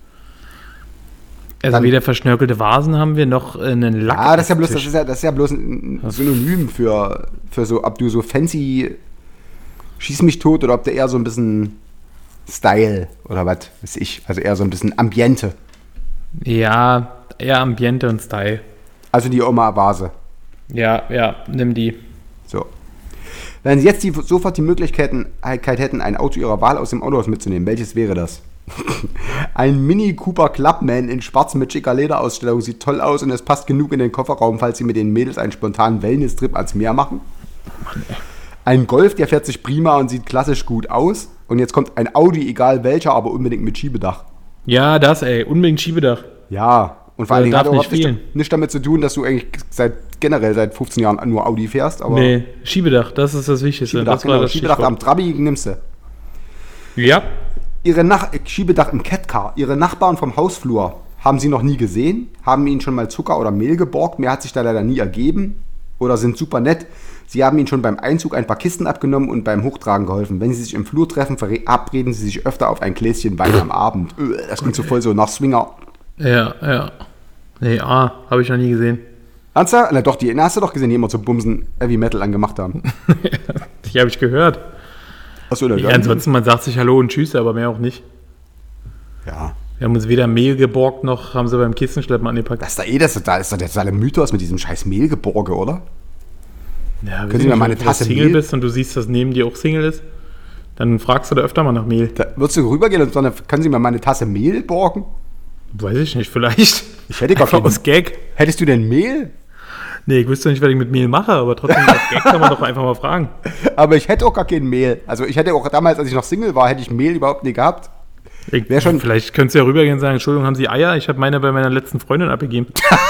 Also weder verschnörkelte Vasen haben wir, noch einen Lack. Ah, das ist ja bloß ein Synonym für so, ob du so fancy schieß mich tot oder ob der eher so ein bisschen Style oder was weiß ich. Also eher so ein bisschen Ambiente. Ja, eher Ambiente und Style. Also die Oma-Vase. Ja, nimm die. So. Wenn Sie jetzt sofort die Möglichkeit hätten, ein Auto Ihrer Wahl aus dem Autohaus mitzunehmen, welches wäre das? Ein Mini Cooper Clubman in schwarz mit schicker Lederausstellung, sieht toll aus und es passt genug in den Kofferraum, falls Sie mit den Mädels einen spontanen Wellness-Trip ans Meer machen. Ein Golf, der fährt sich prima und sieht klassisch gut aus. Und jetzt kommt ein Audi, egal welcher, aber unbedingt mit Schiebedach. Ja, das, ey. Unbedingt Schiebedach. Ja, und vor allen Dingen darf hat auch nicht fehlen. nichts damit zu tun, dass du eigentlich generell seit 15 Jahren nur Audi fährst. Aber Nee, Schiebedach, das ist das Wichtigste. Schiebedach, Das war genau, das Schiebedach Stichwort. am Trabi nimmst du. Ja. Schiebedach im Catcar. Ihre Nachbarn vom Hausflur haben sie noch nie gesehen, haben ihnen schon mal Zucker oder Mehl geborgt, mehr hat sich da leider nie ergeben oder sind super nett. Sie haben ihnen schon beim Einzug ein paar Kisten abgenommen und beim Hochtragen geholfen. Wenn sie sich im Flur treffen, verabreden sie sich öfter auf ein Gläschen Wein am Abend. Das klingt so voll so nach Swinger. Ja. Nee, habe ich noch nie gesehen. Ernst? Na doch, die hast du doch gesehen, die immer zum Bumsen Heavy Metal angemacht haben. Die habe ich gehört. Achso, Ja, ansonsten, man sagt sich Hallo und Tschüss, aber mehr auch nicht. Ja. Wir haben uns weder Mehl geborgt, noch haben sie beim Kissenschleppen angepackt. Da ist doch der totale Mythos mit diesem scheiß Mehlgeborge, oder? Ja, Können Sie mir mal eine wenn Tasse du Single Mehl? bist und du siehst, dass neben dir auch Single ist, dann fragst du da öfter mal nach Mehl. Da würdest du rübergehen und sagen, können Sie mir mal eine Tasse Mehl borgen? Weiß ich nicht, vielleicht. Ich hätte gar Einfach keinen. aus Gag. Hättest du denn Mehl? Nee, ich wüsste nicht, was ich mit Mehl mache, aber trotzdem aus Gag kann man doch einfach mal fragen. Aber ich hätte auch gar kein Mehl. Also ich hätte auch damals, als ich noch Single war, hätte ich Mehl überhaupt nie gehabt. Wär schon- Vielleicht könntest du ja rübergehen und sagen, Entschuldigung, haben Sie Eier? Ich habe meine bei meiner letzten Freundin abgegeben.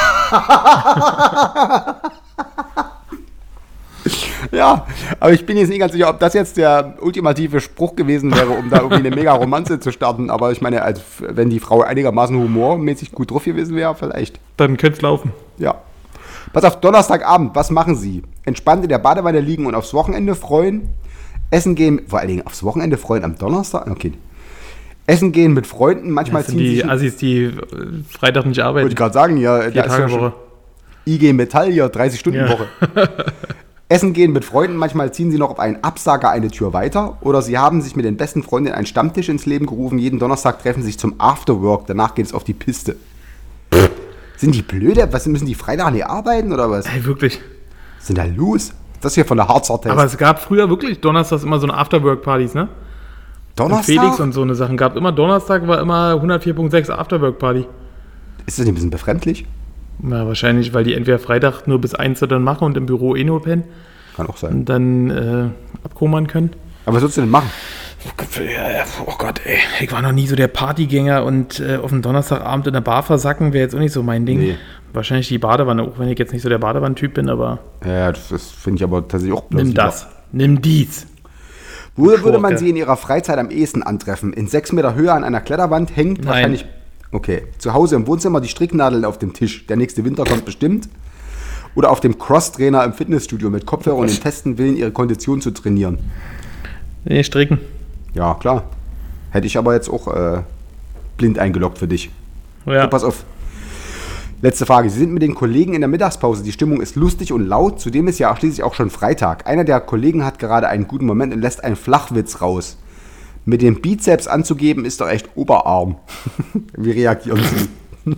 Ja, aber ich bin jetzt nicht ganz sicher, ob das jetzt der ultimative Spruch gewesen wäre, um da irgendwie eine mega Romanze zu starten. Aber ich meine, also, wenn die Frau einigermaßen humormäßig gut drauf gewesen wäre, vielleicht. Dann könnte es laufen. Ja. Pass auf, Donnerstagabend, was machen Sie? Entspannt in der Badewanne liegen und aufs Wochenende freuen? Essen gehen, vor allen Dingen aufs Wochenende freuen am Donnerstag? Okay. Essen gehen mit Freunden, manchmal Das sind ziehen die sich... Assis, die Freitag nicht Wollte arbeiten. ich gerade sagen, ja, 4 da ist Tage ja schon Woche. IG Metall hier, 30-Stunden-Woche. Essen gehen mit Freunden, manchmal ziehen sie noch auf einen Absager eine Tür weiter oder sie haben sich mit den besten Freundinnen einen Stammtisch ins Leben gerufen. Jeden Donnerstag treffen sie sich zum Afterwork, danach geht es auf die Piste. Sind die blöde? Was, müssen die Freitag nicht arbeiten oder was? Ey, wirklich. Sind da los? Das hier von der Harzer Test. Aber es gab früher wirklich donnerstags immer so eine Afterwork-Partys, ne? Und Donnerstag? Felix und so eine Sachen gab immer. Donnerstag war immer 104.6 Afterwork-Party. Ist das nicht ein bisschen befremdlich? Ja, wahrscheinlich, weil die entweder Freitag nur bis 1 dann machen und im Büro nur pennen Kann auch sein. und dann abkummern können. Aber was würdest du denn machen? Oh Gott, ey. Ich war noch nie so der Partygänger und auf dem Donnerstagabend in der Bar versacken wäre jetzt auch nicht so mein Ding. Nee. Wahrscheinlich die Badewanne, auch wenn ich jetzt nicht so der Badewannentyp bin, aber Ja, das finde ich aber tatsächlich auch nimm das. Nimm dies. Wo würde man Schurke. sie in ihrer Freizeit am ehesten antreffen? In 6 Meter Höhe an einer Kletterwand hängt Nein. wahrscheinlich... Okay. Zu Hause im Wohnzimmer die Stricknadeln auf dem Tisch. Der nächste Winter kommt bestimmt. Oder auf dem Cross-Trainer im Fitnessstudio mit Kopfhörer und den festen Willen, ihre Kondition zu trainieren. Nee, stricken. Ja, klar. Hätte ich aber jetzt auch blind eingeloggt für dich. Ja. So, pass auf. Letzte Frage. Sie sind mit den Kollegen in der Mittagspause. Die Stimmung ist lustig und laut. Zudem ist ja schließlich auch schon Freitag. Einer der Kollegen hat gerade einen guten Moment und lässt einen Flachwitz raus. Mit dem Bizeps anzugeben ist doch echt Oberarm. Wie reagieren Sie?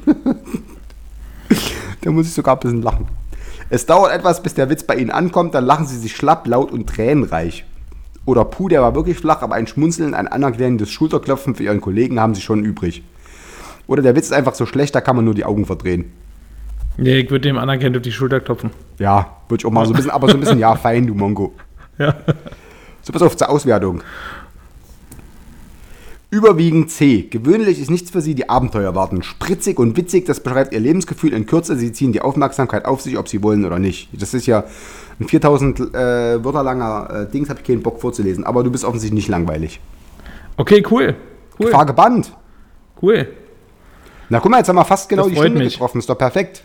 Da muss ich sogar ein bisschen lachen. Es dauert etwas, bis der Witz bei Ihnen ankommt. Dann lachen Sie sich schlapp, laut und tränenreich. Oder puh, der war wirklich flach, aber ein Schmunzeln, ein anerkennendes Schulterklopfen für Ihren Kollegen haben Sie schon übrig. Oder der Witz ist einfach so schlecht, da kann man nur die Augen verdrehen. Nee, ich würde dem anerkennend auf die Schulter klopfen. Ja, würde ich auch mal so ein bisschen, aber so ein bisschen, ja, fein, du Mongo. Ja. So, pass auf zur Auswertung. Überwiegend C. Gewöhnlich ist nichts für Sie, die Abenteuer warten. Spritzig und witzig, das beschreibt Ihr Lebensgefühl in Kürze. Sie ziehen die Aufmerksamkeit auf sich, ob Sie wollen oder nicht. Das ist ja ein 4000 Wörter langer Dings, habe ich keinen Bock vorzulesen. Aber du bist offensichtlich nicht langweilig. Okay, cool. Cool. Fahr gebannt. Cool. Na guck mal, jetzt haben wir fast genau Das die freut Stunde mich. getroffen. Ist doch perfekt.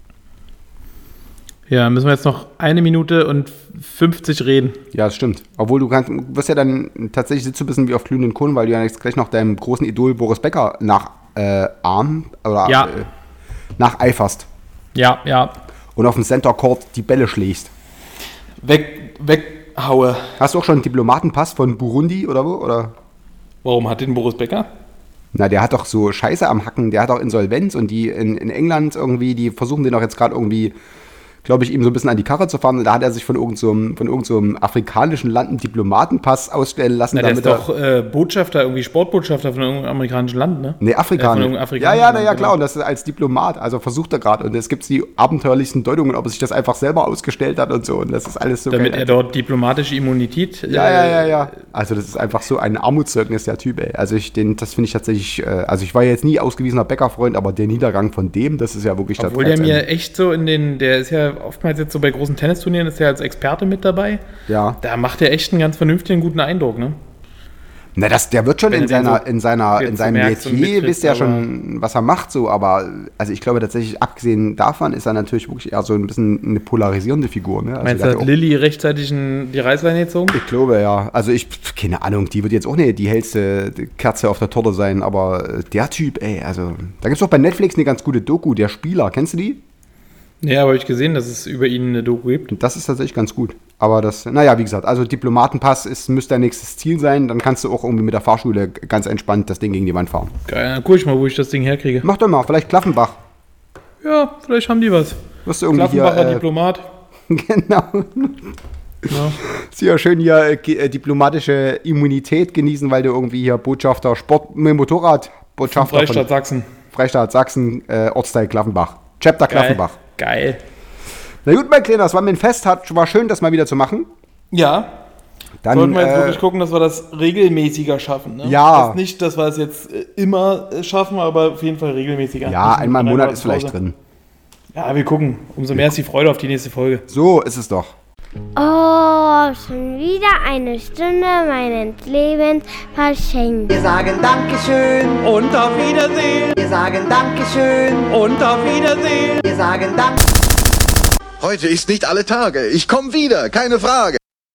Ja, müssen wir jetzt noch 1 Minute und 50 reden. Ja, das stimmt. Obwohl du wirst ja dann tatsächlich sitzt du ein bisschen wie auf glühenden Kohlen, weil du ja jetzt gleich noch deinem großen Idol Boris Becker nacheiferst Ja, ja. und auf dem Center Court die Bälle schlägst. Weghaue. Hast du auch schon einen Diplomatenpass von Burundi oder wo? Oder? Warum hat den Boris Becker? Na, der hat doch so Scheiße am Hacken, der hat auch Insolvenz und die in England irgendwie, die versuchen den doch jetzt gerade irgendwie glaube ich, ihm so ein bisschen an die Karre zu fahren. Und da hat er sich von irgend so einem afrikanischen Land einen Diplomatenpass ausstellen lassen. Na, der ist doch Botschafter, irgendwie Sportbotschafter von irgendeinem amerikanischen Land, ne? Nee, Afrikaner. Ja, klar. Und das ist als Diplomat. Also versucht er gerade. Und es gibt die abenteuerlichsten Deutungen, ob er sich das einfach selber ausgestellt hat und so. Und das ist alles so damit geil. Er dort diplomatische Immunität... Ja. Also das ist einfach so ein Armutszeugnis, der Typ, ey. Also das finde ich tatsächlich... also ich war jetzt nie ausgewiesener Bäckerfreund, aber der Niedergang von dem, das ist ja wirklich... Obwohl der mir echt so der ist ja oftmals jetzt so bei großen Tennisturnieren, ist er als Experte mit dabei. Ja. Da macht er echt einen ganz vernünftigen, guten Eindruck, ne? Na, der wird schon in seinem Metier, wisst ihr ja schon, was er macht, so, aber also ich glaube tatsächlich, abgesehen davon, ist er natürlich wirklich eher so ein bisschen eine polarisierende Figur, ne? Also meinst du, hat Lilly rechtzeitig die Reißleine gezogen? Ich glaube, ja. Also keine Ahnung, die wird jetzt auch nicht die hellste Kerze auf der Torte sein, aber der Typ, ey, also, da gibt's doch bei Netflix eine ganz gute Doku, Der Spieler, kennst du die? Ja, aber habe ich gesehen, dass es über ihn eine Doku gibt. Das ist tatsächlich ganz gut. Aber wie gesagt, also Diplomatenpass müsste ein nächstes Ziel sein. Dann kannst du auch irgendwie mit der Fahrschule ganz entspannt das Ding gegen die Wand fahren. Geil, dann guck ich mal, wo ich das Ding herkriege. Mach doch mal, vielleicht Klaffenbach. Ja, vielleicht haben die was. Wirst du irgendwie Klaffenbacher Diplomat. Genau. Ja. Sie ja schön hier diplomatische Immunität genießen, weil du irgendwie hier Botschafter Sport mit Motorrad, Botschafter Freistaat Sachsen. Freistaat Sachsen, Ortsteil Klaffenbach. Chapter Klaffenbach. Geil. Na gut, mein Kleiner, es war mir ein Fest, war schön, das mal wieder zu machen. Ja. Dann sollten wir jetzt wirklich gucken, dass wir das regelmäßiger schaffen. Ne? Ja. Das ist nicht, dass wir es jetzt immer schaffen, aber auf jeden Fall regelmäßiger. Ja, einmal im Monat ist vielleicht drin. Ja, wir gucken. Umso mehr ist die Freude auf die nächste Folge. So ist es doch. Oh, schon wieder eine Stunde meines Lebens verschenkt. Wir sagen Dankeschön Und auf Wiedersehen. Wir sagen Dankeschön Und auf Wiedersehen. Wir sagen Dank. Heute ist nicht alle Tage. Ich komme wieder, keine Frage.